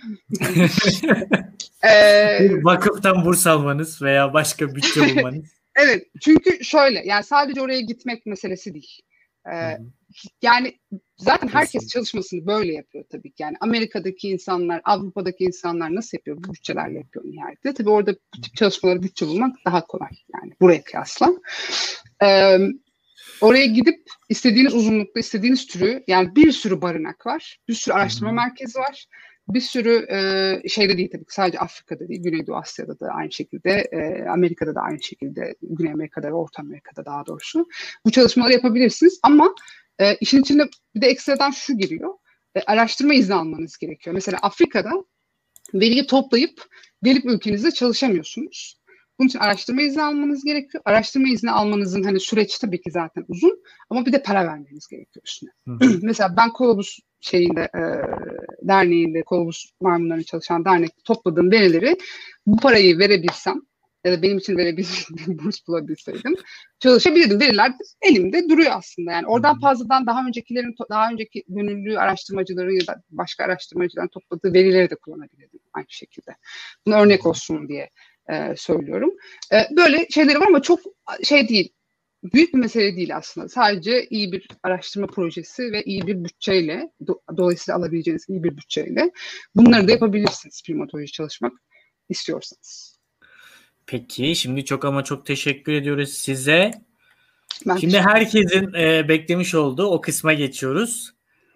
Vakıftan burs almanız veya başka bütçe bulmanız. Evet, çünkü şöyle, yani sadece oraya gitmek meselesi değil. Yani zaten herkes çalışmasını böyle yapıyor tabii ki. Yani Amerika'daki insanlar, Avrupa'daki insanlar nasıl yapıyor? Bu bütçelerle yapıyor nihayetinde. Tabii orada bu tip çalışmaları bütçe bulmak daha kolay. Yani buraya kıyasla. Oraya gidip istediğiniz uzunlukta, istediğiniz türü, yani bir sürü barınak var. Bir sürü araştırma merkezi var. Bir sürü şeyde değil tabii ki, sadece Afrika'da değil, Güneydoğu Asya'da da aynı şekilde, Amerika'da da aynı şekilde, Güney Amerika'da ve Orta Amerika'da daha doğrusu. Bu çalışmaları yapabilirsiniz ama işin içinde bir de ekstradan şu giriyor. Araştırma izni almanız gerekiyor. Mesela Afrika'da veriyi toplayıp gelip ülkenizde çalışamıyorsunuz. Bunun için araştırma izni almanız gerekiyor. Araştırma izni almanızın hani süreç tabii ki zaten uzun ama bir de para vermeniz gerekiyor üstüne. Mesela ben Kolobus derneğinde, Kolobus maymunlarına çalışan dernekte topladığım verileri, bu parayı verebilsem ya da benim için verebilsem, burs bulabilseydim çalışabilirdim. Veriler elimde duruyor aslında. Yani oradan fazladan daha önceki gönüllü araştırmacıların ya da başka araştırmacıların topladığı verileri de kullanabilirdim aynı şekilde. Bunu örnek olsun diye söylüyorum. Böyle şeyleri var ama çok şey değil. Büyük bir mesele değil aslında. Sadece iyi bir araştırma projesi ve iyi bir bütçeyle, dolayısıyla alabileceğiniz iyi bir bütçeyle bunları da yapabilirsiniz primatoloji çalışmak istiyorsanız. Peki, şimdi çok teşekkür ediyoruz size. Ben şimdi herkesin beklemiş olduğu o kısma geçiyoruz.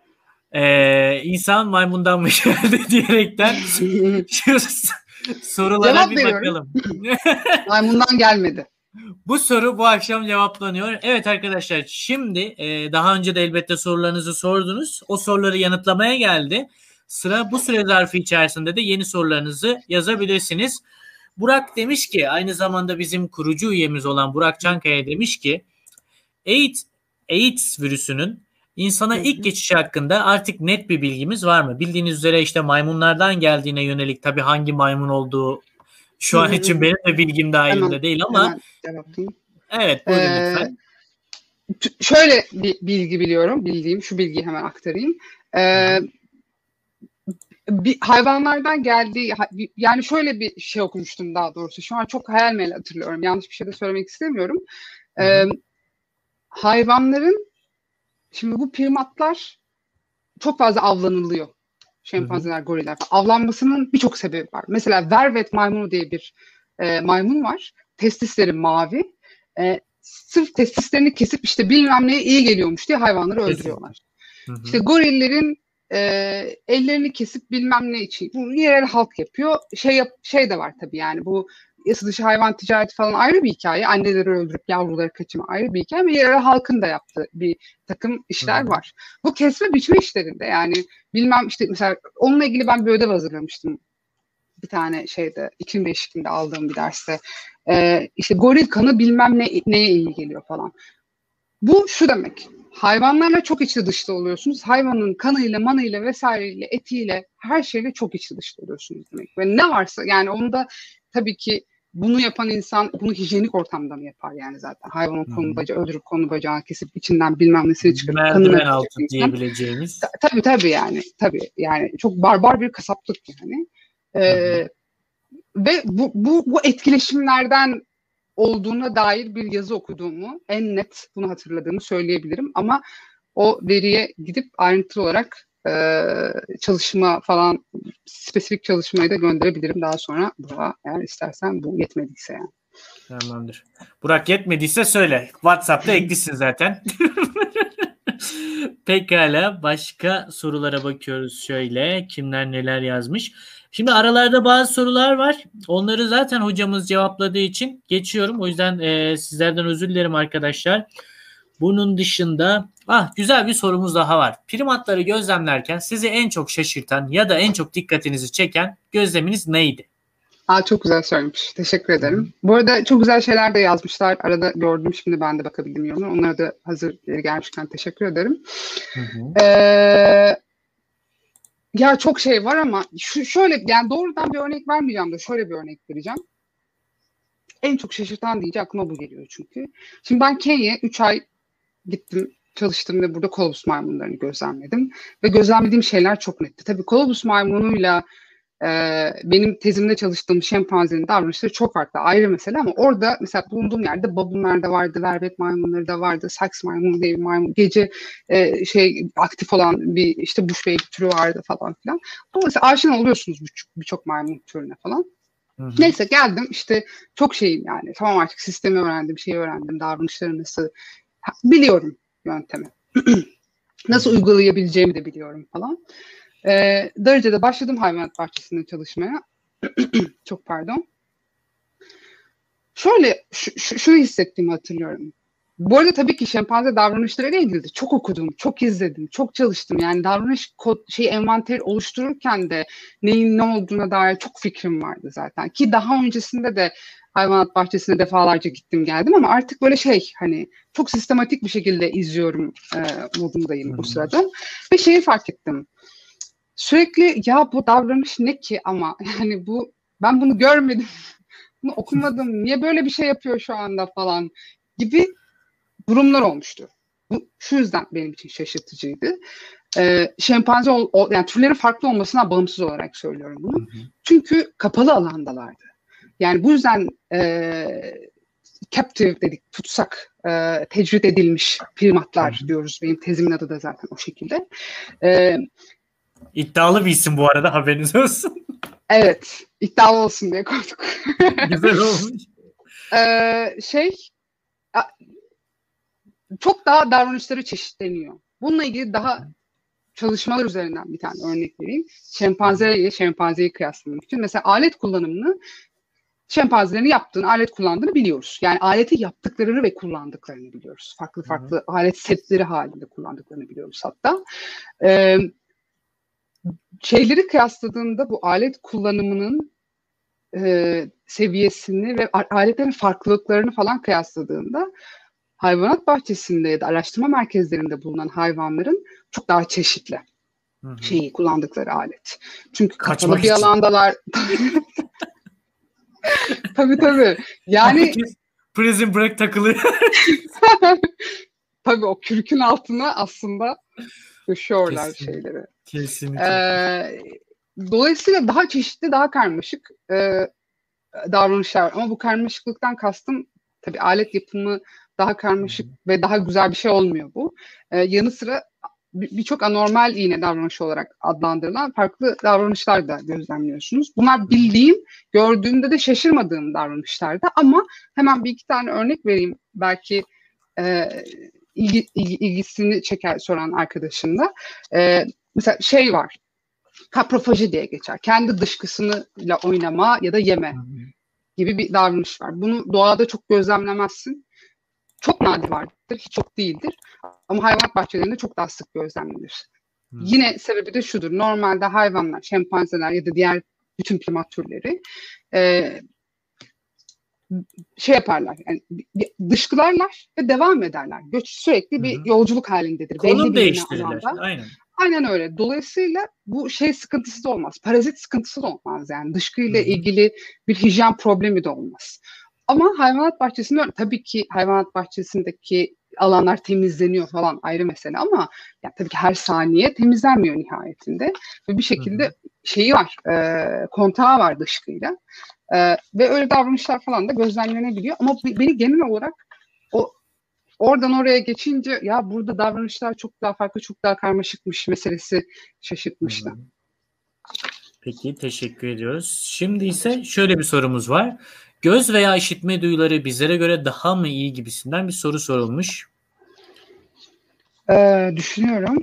İnsan maymundan mı geldi diyerekten sorulara cevap bir veriyorum. bakalım. Maymundan gelmedi. Bu soru bu akşam cevaplanıyor. Evet arkadaşlar, şimdi daha önce de elbette sorularınızı sordunuz. O soruları yanıtlamaya geldi. Sıra bu süre zarfı içerisinde de yeni sorularınızı yazabilirsiniz. Burak demiş ki, aynı zamanda bizim kurucu üyemiz olan Burak Çankaya demiş ki, AIDS virüsünün insana ilk geçişi hakkında artık net bir bilgimiz var mı? Bildiğiniz üzere işte maymunlardan geldiğine yönelik, tabii hangi maymun olduğu şu an için benim de bilgim dahilinde değil ama evet, buyurun lütfen. Şöyle bir bilgi biliyorum. Şu bilgiyi hemen aktarayım. Hayvanlardan geldiği, yani şöyle bir şey okumuştum daha doğrusu. Şu an çok hayal meyil hatırlıyorum. Yanlış bir şey de söylemek istemiyorum. Hayvanların, şimdi bu primatlar çok fazla avlanılıyor. Şempanzeler, goriller. Avlanmasının birçok sebebi var. Mesela vervet maymunu diye bir maymun var. Testisleri mavi. Sırf testislerini kesip işte bilmem neye iyi geliyormuş diye hayvanları öldürüyorlar. İşte gorillerin ellerini kesip bilmem ne için. Bu yerel halk yapıyor. Şey de var tabii, yani bu yasa dışı hayvan ticareti falan ayrı bir hikaye. Anneleri öldürüp yavruları kaçırma ayrı bir hikaye. Ve yerel halkın da yaptığı bir takım işler var. Bu kesme biçme işlerinde, yani bilmem işte, mesela onunla ilgili ben bir ödev hazırlamıştım. Bir tane şeyde, iklim değişikliğinde aldığım bir derste. İşte goril kanı bilmem neye iyi geliyor falan. Bu şu demek. Hayvanlarla çok içli dışlı oluyorsunuz. Hayvanın kanıyla, manıyla vesaireyle, etiyle, her şeyle çok içli dışlı oluyorsunuz demek. Ve ne varsa, yani onda tabii ki bunu yapan insan bunu hijyenik ortamda mı yapar yani zaten? Hayvanın kolunu bacağı, öldürüp kolunu bacağını kesip içinden bilmem nesini çıkarıp merdiven altı diyebileceğimiz. Tabii yani. Tabii yani çok barbar bir kasaplık yani. Ve bu etkileşimlerden olduğuna dair bir yazı okuduğumu, en net bunu hatırladığımı söyleyebilirim. Ama o veriye gidip ayrıntılı olarak çalışma falan, spesifik çalışmayı da gönderebilirim daha sonra Burak'a, eğer istersen, bu yetmediyse yani. Tamamdır. Burak, yetmediyse söyle. WhatsApp'ta eklisin zaten. Pekala. Başka sorulara bakıyoruz şöyle. Kimler neler yazmış. Şimdi aralarda bazı sorular var. Onları zaten hocamız cevapladığı için geçiyorum. O yüzden sizlerden özür dilerim arkadaşlar. Bunun dışında güzel bir sorumuz daha var. Primatları gözlemlerken sizi en çok şaşırtan ya da en çok dikkatinizi çeken gözleminiz neydi? Çok güzel söylemiş. Teşekkür ederim. Bu arada çok güzel şeyler de yazmışlar. Arada gördüm, şimdi ben de bakabildim yorumlara. Onlara da hazır gelmişken teşekkür ederim. Ya çok şey var ama şöyle, yani doğrudan bir örnek vermeyeceğim de şöyle bir örnek vereceğim. En çok şaşırtan deyince aklıma bu geliyor çünkü. Şimdi ben Kenya'ya 3 ay gittim, çalıştım ve burada kolobus maymunlarını gözlemledim. Ve gözlemlediğim şeyler çok netti. Tabii kolobus maymunuyla benim tezimde çalıştığım şempanzenin davranışları çok farklı, ayrı mesele, ama orada mesela bulunduğum yerde babunlar da vardı, verbet maymunları da vardı, saks maymunu diye bir maymun, gece aktif olan bir işte bushwhack türü vardı falan filan. Dolayısıyla aşina oluyorsunuz birçok maymun türüne falan. Neyse, geldim işte, çok şeyim yani, tamam, artık sistemi öğrendim, şeyi öğrendim, davranışları nasıl, biliyorum yöntemi. Nasıl uygulayabileceğimi de biliyorum falan. Darıca'da başladım hayvanat bahçesinde çalışmaya. Çok pardon. Şöyle şunu hissettiğimi hatırlıyorum. Bu arada tabii ki şempanze davranışlarıyla ilgili de çok okudum, çok izledim, çok çalıştım. Yani davranış envanteri oluştururken de neyin ne olduğuna dair çok fikrim vardı zaten. Ki daha öncesinde de hayvanat bahçesine defalarca gittim geldim, ama artık böyle hani çok sistematik bir şekilde izliyorum modundayım bu sırada. Ve şeyi fark ettim. Sürekli ya bu davranış ne ki, ama yani ben bunu görmedim, bunu okumadım, niye böyle bir şey yapıyor şu anda falan gibi durumlar olmuştu. Bu şu yüzden benim için şaşırtıcıydı. Şempanze yani türlerin farklı olmasına bağımsız olarak söylüyorum bunu. Çünkü kapalı alandalardı. Yani bu yüzden captive dedik, tutsak, tecrit edilmiş primatlar diyoruz. Benim tezimin adı da zaten o şekilde. İddialı bir isim bu arada, haberiniz olsun. Evet, iddialı olsun diye koyduk. Güzel olmuş. Çok daha davranışları çeşitleniyor. Bununla ilgili daha çalışmalar üzerinden bir tane örnek vereyim. Şempanzeyi kıyaslamak için. Mesela alet kullanımını, şempanzelerin yaptığını, alet kullandığını biliyoruz. Yani aleti yaptıklarını ve kullandıklarını biliyoruz. Farklı farklı alet setleri halinde kullandıklarını biliyoruz hatta. Şeyleri kıyasladığında bu alet kullanımının seviyesini ve aletlerin farklılıklarını falan kıyasladığında hayvanat bahçesinde ya da araştırma merkezlerinde bulunan hayvanların çok daha çeşitli kullandıkları alet. Çünkü kapalı bir alandalar. Tabii. Yani Prison Break takılıyor. Tabii o kürkün altına aslında düşüyorlar şeyleri. Kesinlikle. Dolayısıyla daha çeşitli, daha karmaşık davranışlar var. Ama bu karmaşıklıktan kastım tabii alet yapımı daha karmaşık ve daha güzel bir şey olmuyor bu. Yanı sıra birçok anormal yine davranış olarak adlandırılan farklı davranışlar da gözlemliyorsunuz. Bunlar bildiğim, gördüğümde de şaşırmadığım davranışlardı, ama hemen bir iki tane örnek vereyim. Belki ilgisini çeker soran arkadaşın da. Mesela şey var, kaprofaji diye geçer. Kendi dışkısıyla oynama ya da yeme gibi bir davranış var. Bunu doğada çok gözlemlemezsin. Çok nadir vardır, hiç çok değildir. Ama hayvanat bahçelerinde çok daha sık gözlemlenir. Yine sebebi de şudur. Normalde hayvanlar, şempanzeler ya da diğer bütün primat türleri yaparlar. Yani dışkılarlar ve devam ederler. Sürekli bir yolculuk halindedir. Konum değiştirirler. Aynen öyle. Dolayısıyla bu sıkıntısı da olmaz. Parazit sıkıntısı da olmaz yani. Dışkıyla ilgili bir hijyen problemi de olmaz. Ama hayvanat bahçesinde tabii ki hayvanat bahçesindeki alanlar temizleniyor falan, ayrı mesele, ama yani tabii ki her saniye temizlenmiyor nihayetinde. Ve bir şekilde şeyi var, kontağı var dışkıyla. Ve öyle davranışlar falan da gözlemlenebiliyor. Ama beni genel olarak oradan oraya geçince ya burada davranışlar çok daha farklı, çok daha karmaşıkmış meselesi şaşırtmıştı. Peki, teşekkür ediyoruz. Şimdi ise şöyle bir sorumuz var. Göz veya işitme duyuları bizlere göre daha mı iyi gibisinden bir soru sorulmuş. Düşünüyorum.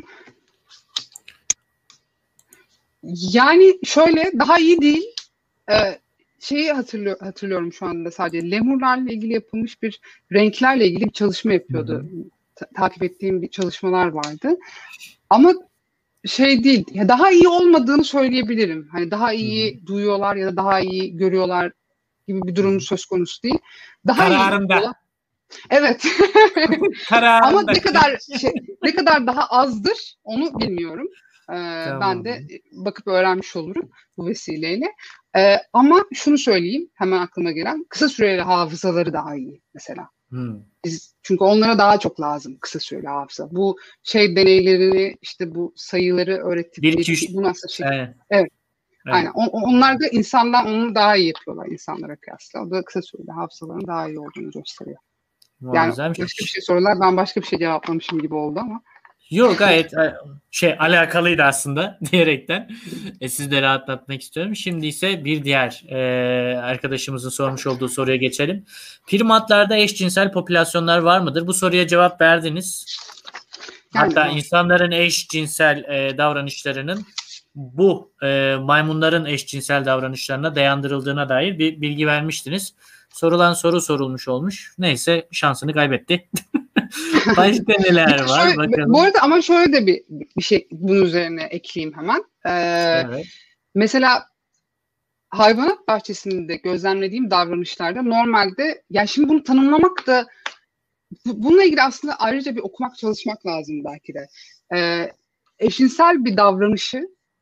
Yani şöyle, daha iyi değil. Şeyi hatırlıyorum şu anda sadece. Lemurlarla ilgili yapılmış bir renklerle ilgili bir çalışma yapıyordu. Takip ettiğim bir çalışmalar vardı. Ama şey değil. Ya daha iyi olmadığını söyleyebilirim. Hani daha iyi duyuyorlar ya da daha iyi görüyorlar gibi bir durum söz konusu değil. Daha iyi Kararında. Evet. Ama Kararında. ne kadar daha azdır onu bilmiyorum. Ben Tamam. de bakıp öğrenmiş olurum bu vesileyle. Ama şunu söyleyeyim, hemen aklıma gelen, kısa süreli hafızaları daha iyi mesela. Çünkü onlara daha çok lazım kısa süreli hafıza. Bu şey deneylerini, işte bu sayıları öğrettikleri 1-2-3. bu nasıl şey? Evet. Evet. Aynen. Onlar da insandan onu daha iyi yapıyorlar insanlara kıyasla. O da kısa süreli hafızaların daha iyi olduğunu gösteriyor. Yani Muazzam. başka bir şey sorular, ben başka bir şey cevaplamışım gibi oldu ama. Yok, gayet alakalıydı aslında diyerekten sizleri rahatlatmak istiyorum. Şimdi ise bir diğer arkadaşımızın sormuş olduğu soruya geçelim. Primatlarda eşcinsel popülasyonlar var mıdır? Bu soruya cevap verdiniz. Yani hatta insanların eşcinsel davranışlarının bu maymunların eşcinsel davranışlarına dayandırıldığına dair bir bilgi vermiştiniz. Sorulan soru sorulmuş olmuş. Neyse, şansını kaybetti. Başka neler var? Bakalım. Bu arada ama şöyle de bir şey bunun üzerine ekleyeyim hemen. Evet. Mesela hayvanat bahçesinde gözlemlediğim davranışlarda normalde, yani şimdi bunu tanımlamak da, bununla ilgili aslında ayrıca bir okumak, çalışmak lazım belki de. Eşcinsel bir davranışı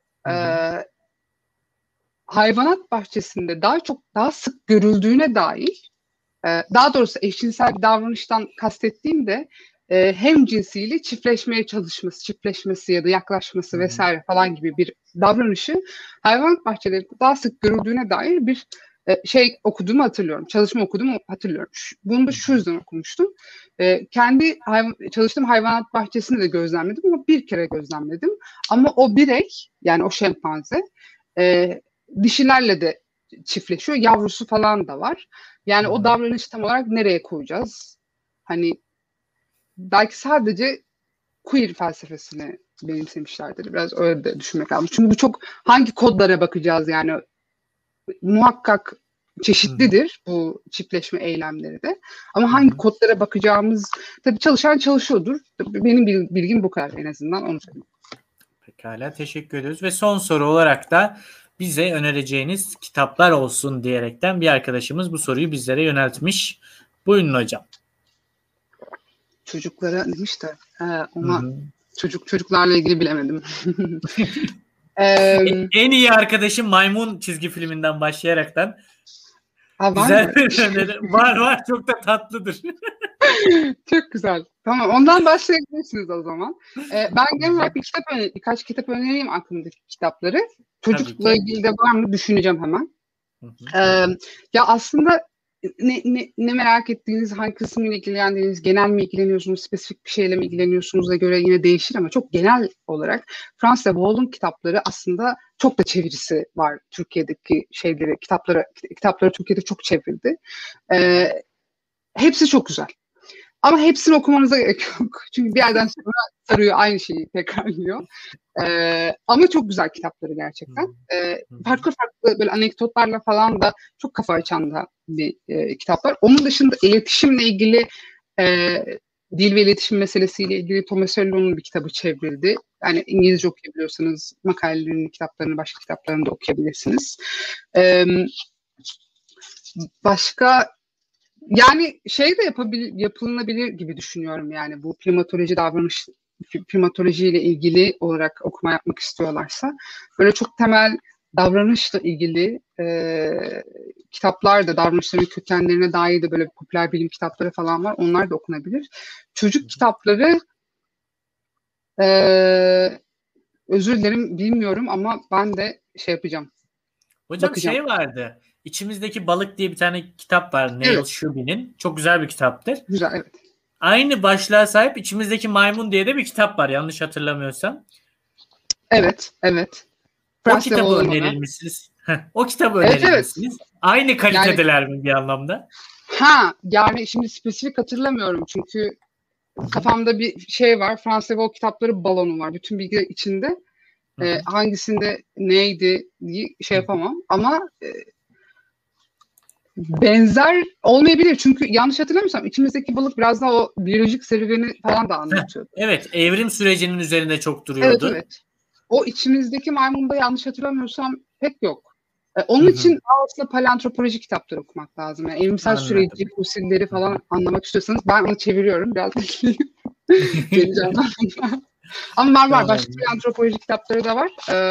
hayvanat bahçesinde daha sık görüldüğüne dair, daha doğrusu eşcinsel bir davranıştan kastettiğim de hem cinsiyle çiftleşmeye çalışması, çiftleşmesi ya da yaklaşması vesaire falan gibi bir davranışı hayvanat bahçelerinde daha sık görüldüğüne dair bir şey okuduğumu hatırlıyorum. Çalışma okuduğumu hatırlıyorum. Bunu da şu yüzden okumuştum. Kendi çalıştığım hayvanat bahçesinde de gözlemledim ama bir kere gözlemledim. Ama o birey, yani o şempanze dişilerle de çiftleşiyor. Yavrusu falan da var. Yani o davranışı tam olarak nereye koyacağız? Hani belki sadece queer felsefesini benimsemişlerdir. Biraz öyle de düşünmek lazım. Çünkü bu çok, hangi kodlara bakacağız yani? Muhakkak çeşitlidir bu çiftleşme eylemleri de. Ama hangi kodlara bakacağımız, tabii çalışan çalışıyordur. Benim bilgim bu kadar, en azından onu söyleyeyim. Pekala, teşekkür ediyoruz. Ve son soru olarak da bize önereceğiniz kitaplar olsun diyerekten bir arkadaşımız bu soruyu bizlere yöneltmiş. Buyurun hocam. Çocuklara demiş de ona çocuklarla ilgili bilemedim. En iyi arkadaşım maymun çizgi filminden başlayaraktan güzel bir öneri. Var, çok da tatlıdır. Çok güzel. Tamam, ondan başlayabilirsiniz o zaman. Ben genel olarak birkaç kitap önereyim, aklımdaki kitapları. Çocukla ilgili de var mı düşüneceğim hemen. Ya aslında ne merak ettiğiniz, hangi kısmıyla ilgilendiğiniz, genel mi ilgileniyorsunuz, spesifik bir şeyle mi ilgileniyorsunuz'a göre yine değişir ama çok genel olarak Franz de Waal'un kitapları, aslında çok da çevirisi var Türkiye'deki şeyleri, kitapları Türkiye'de çok çevrildi. Hepsi çok güzel. Ama hepsini okumanıza gerek yok. Çünkü bir yerden sonra sarıyor, aynı şeyi tekrarlıyor. Ama çok güzel kitapları gerçekten. Farklı böyle anekdotlarla falan da çok kafa açan da bir kitaplar. Onun dışında iletişimle ilgili, dil ve iletişim meselesiyle ilgili Tomasello'nun bir kitabı çevrildi. Yani İngilizce okuyabiliyorsanız makalelerini, kitaplarını, başka kitaplarını da okuyabilirsiniz. Başka, yani şey de yapılabilir gibi düşünüyorum, yani bu primatoloji ile ilgili olarak okuma yapmak istiyorlarsa, böyle çok temel davranışla ilgili kitaplar da, davranışların kökenlerine dair de böyle popüler bilim kitapları falan var. Onlar da okunabilir. Çocuk kitapları özür dilerim, bilmiyorum ama ben de şey yapacağım. Hocam bakacağım. Şey vardı. İçimizdeki Balık diye bir tane kitap var. Neil Shuby'nin. Çok güzel bir kitaptır. Güzel, evet. Aynı başlığa sahip İçimizdeki Maymun diye de bir kitap var, yanlış hatırlamıyorsam. Evet. O kitabı önerir misiniz? O kitabı önerir misiniz? Aynı kalitedeler mi bir anlamda? Yani şimdi spesifik hatırlamıyorum çünkü kafamda bir şey var. Franz de Waal kitapları balonu var. Bütün bilgiler içinde. Hangisinde neydi diye şey yapamam. Ama benzer olmayabilir. Çünkü yanlış hatırlamıyorsam İçimizdeki Balık biraz daha o biyolojik serüveni falan da anlatıyordu. Evet. Evrim sürecinin üzerinde çok duruyordu. Evet. o içimizdeki maymunda yanlış hatırlamıyorsam pek yok. Onun için aslında paleantropoloji kitapları okumak lazım. Yani evrimsel süreci, fosilleri falan anlamak istiyorsanız ben onu çeviriyorum. Biraz geleceğim. Ama var. Başka paleantropoloji kitapları da var.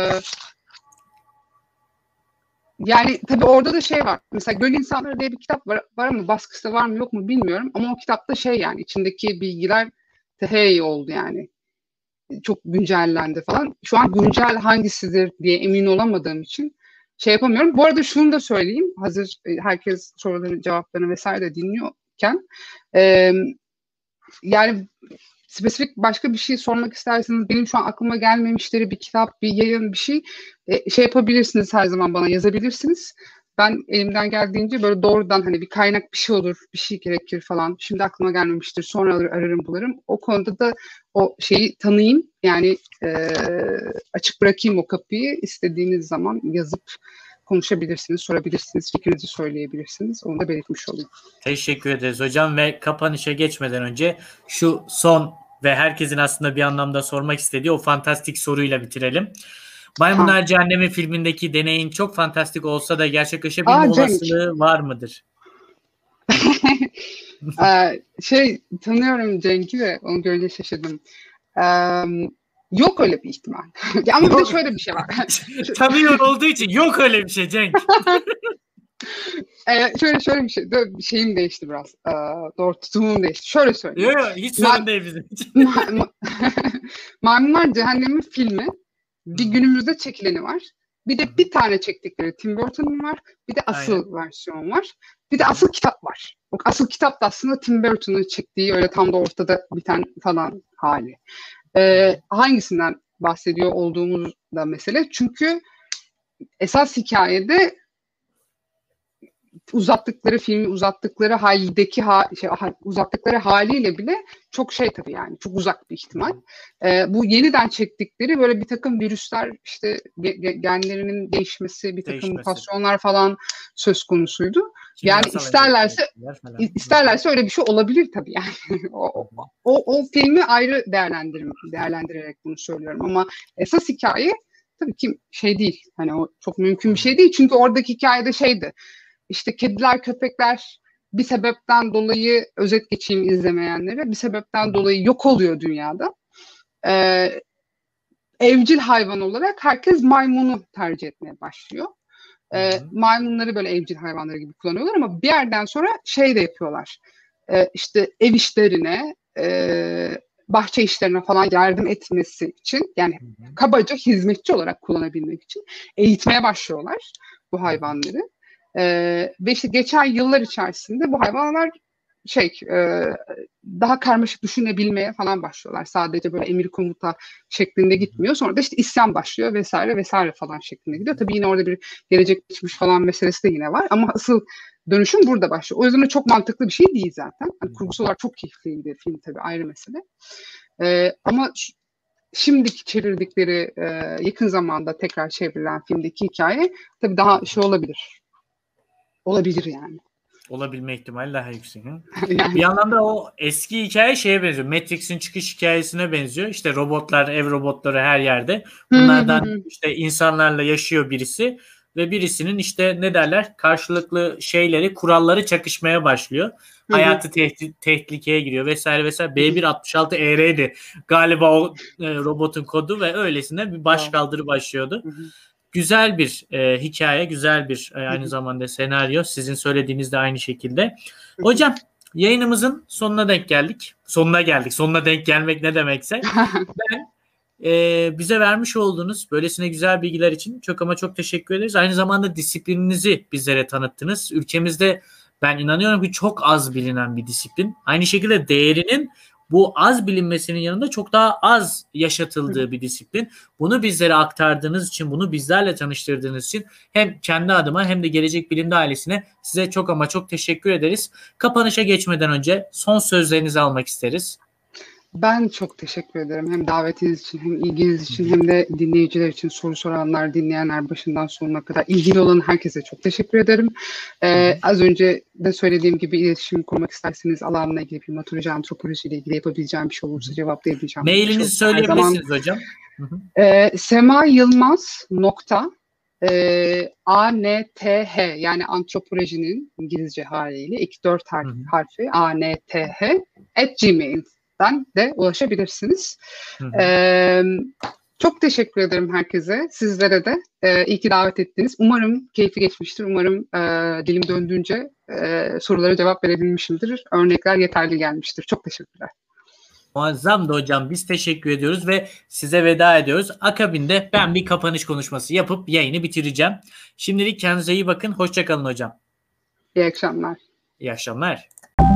Yani tabii orada da şey var. Mesela Göl İnsanları diye bir kitap var ama baskısı da var mı yok mu bilmiyorum. Ama o kitapta yani içindeki bilgiler hey oldu yani. Çok güncellendi falan. Şu an güncel hangisidir diye emin olamadığım için şey yapamıyorum. Bu arada şunu da söyleyeyim. Hazır herkes soruların cevaplarını vesaire de dinliyorken yani spesifik başka bir şey sormak isterseniz benim şu an aklıma gelmemişleri bir kitap, bir yayın, bir şey yapabilirsiniz, her zaman bana yazabilirsiniz. Ben elimden geldiğince böyle doğrudan hani bir kaynak bir şey olur, bir şey gerekir falan. Şimdi aklıma gelmemiştir, sonra ararım bularım. O konuda da o şeyi tanıyayım. Yani açık bırakayım o kapıyı. İstediğiniz zaman yazıp konuşabilirsiniz, sorabilirsiniz, fikrinizi söyleyebilirsiniz. Onu da belirtmiş olayım. Teşekkür ederiz hocam ve kapanışa geçmeden önce şu son ve herkesin aslında bir anlamda sormak istediği o fantastik soruyla bitirelim. Maymunlar Cehennemi filmindeki deneyin çok fantastik olsa da gerçekleşebilme olasılığı var mıdır? Tanıyorum Cenk'i de onu görünce şaşırdım. Yok öyle bir ihtimal. Ama bir de şöyle bir şey var. Tanıyor olduğu için yok öyle bir şey Cenk. Şöyle bir şey. Şeyim değişti biraz. Doğru tutumum değişti. Şöyle söyleyeyim. Yok hiç sorun değil bizim için. Maymunlar Cehennemi filmi bir günümüzde çekileni var. Bir de bir tane çektikleri Tim Burton'un var. Bir de asıl versiyon var. Bir de asıl kitap var. O asıl kitap da aslında Tim Burton'un çektiği öyle tam da ortada biten falan hali. Hangisinden bahsediyor olduğumuz da mesele. Çünkü esas hikayede filmi uzattıkları haldeki uzattıkları haliyle bile çok tabii yani çok uzak bir ihtimal. Bu yeniden çektikleri böyle bir takım virüsler işte genlerinin değişmesi, bir takım mutasyonlar falan söz konusuydu. Yani isterlerse öyle bir şey olabilir tabii yani. o filmi ayrı değerlendirerek bunu söylüyorum ama esas hikaye tabii ki değil. Hani o çok mümkün bir şey değil. Çünkü oradaki hikayede İşte kediler, köpekler bir sebepten dolayı, özet geçeyim izlemeyenlere, bir sebepten dolayı yok oluyor dünyada. Evcil hayvan olarak herkes maymunu tercih etmeye başlıyor. Maymunları böyle evcil hayvanları gibi kullanıyorlar ama bir yerden sonra de yapıyorlar. İşte ev işlerine, bahçe işlerine falan yardım etmesi için, yani kabaca hizmetçi olarak kullanabilmek için eğitmeye başlıyorlar bu hayvanları. Ve işte geçen yıllar içerisinde bu hayvanlar daha karmaşık düşünebilmeye falan başlıyorlar. Sadece böyle emir komuta şeklinde gitmiyor. Sonra da işte isyan başlıyor vesaire vesaire falan şeklinde gidiyor. Tabii yine orada bir gelecek geçmiş falan meselesi de yine var. Ama asıl dönüşüm burada başlıyor. O yüzden çok mantıklı bir şey değil zaten. Yani kurgusal olarak çok keyifliydi film, tabii ayrı mesele. Ama şimdiki çevirdikleri yakın zamanda tekrar çevrilen filmdeki hikaye tabii daha olabilir. Olabilir yani. Olabilme ihtimali daha yüksek. Yani. Bir anlamda o eski hikaye şeye benziyor. Matrix'in çıkış hikayesine benziyor. İşte robotlar, ev robotları her yerde. Bunlardan işte insanlarla yaşıyor birisi ve birisinin işte ne derler karşılıklı kuralları çakışmaya başlıyor. Hayatı tehlikeye giriyor vesaire vesaire. B166ER'di galiba o robotun kodu ve öylesine bir başkaldırı başlıyordu. Güzel bir hikaye, güzel bir aynı zamanda senaryo. Sizin söylediğiniz de aynı şekilde. Hocam yayınımızın sonuna denk geldik. Sonuna denk gelmek ne demekse. Ben bize vermiş olduğunuz böylesine güzel bilgiler için çok ama çok teşekkür ederiz. Aynı zamanda disiplininizi bizlere tanıttınız. Ülkemizde ben inanıyorum ki çok az bilinen bir disiplin. Aynı şekilde değerinin bu az bilinmesinin yanında çok daha az yaşatıldığı bir disiplin. Bunu bizlere aktardığınız için, bunu bizlerle tanıştırdığınız için hem kendi adıma hem de Gelecek Bilim'de ailesine size çok ama çok teşekkür ederiz. Kapanışa geçmeden önce son sözlerinizi almak isteriz. Ben çok teşekkür ederim. Hem davetiniz için hem ilginiz için hem de dinleyiciler için, soru soranlar, dinleyenler, başından sonuna kadar ilgili olan herkese çok teşekkür ederim. Az önce de söylediğim gibi iletişim kurmak isterseniz alanla ilgili, primatoloji, antropoloji ile ilgili yapabileceğim bir şey olursa cevaplayabileceğim. Mailinizi söyleyebilirsiniz hocam. Sema Yılmaz nokta ANTH, yani antropolojinin İngilizce haliyle ilk 4 harfi ANTH @gmail.com de ulaşabilirsiniz. Çok teşekkür ederim herkese. Sizlere de iyi ki davet ettiniz. Umarım keyifli geçmiştir. Umarım dilim döndüğünce sorulara cevap verebilmişimdir. Örnekler yeterli gelmiştir. Çok teşekkürler. Muazzamdı hocam. Biz teşekkür ediyoruz ve size veda ediyoruz. Akabinde ben bir kapanış konuşması yapıp yayını bitireceğim. Şimdilik kendinize iyi bakın. Hoşça kalın hocam. İyi akşamlar. İyi akşamlar.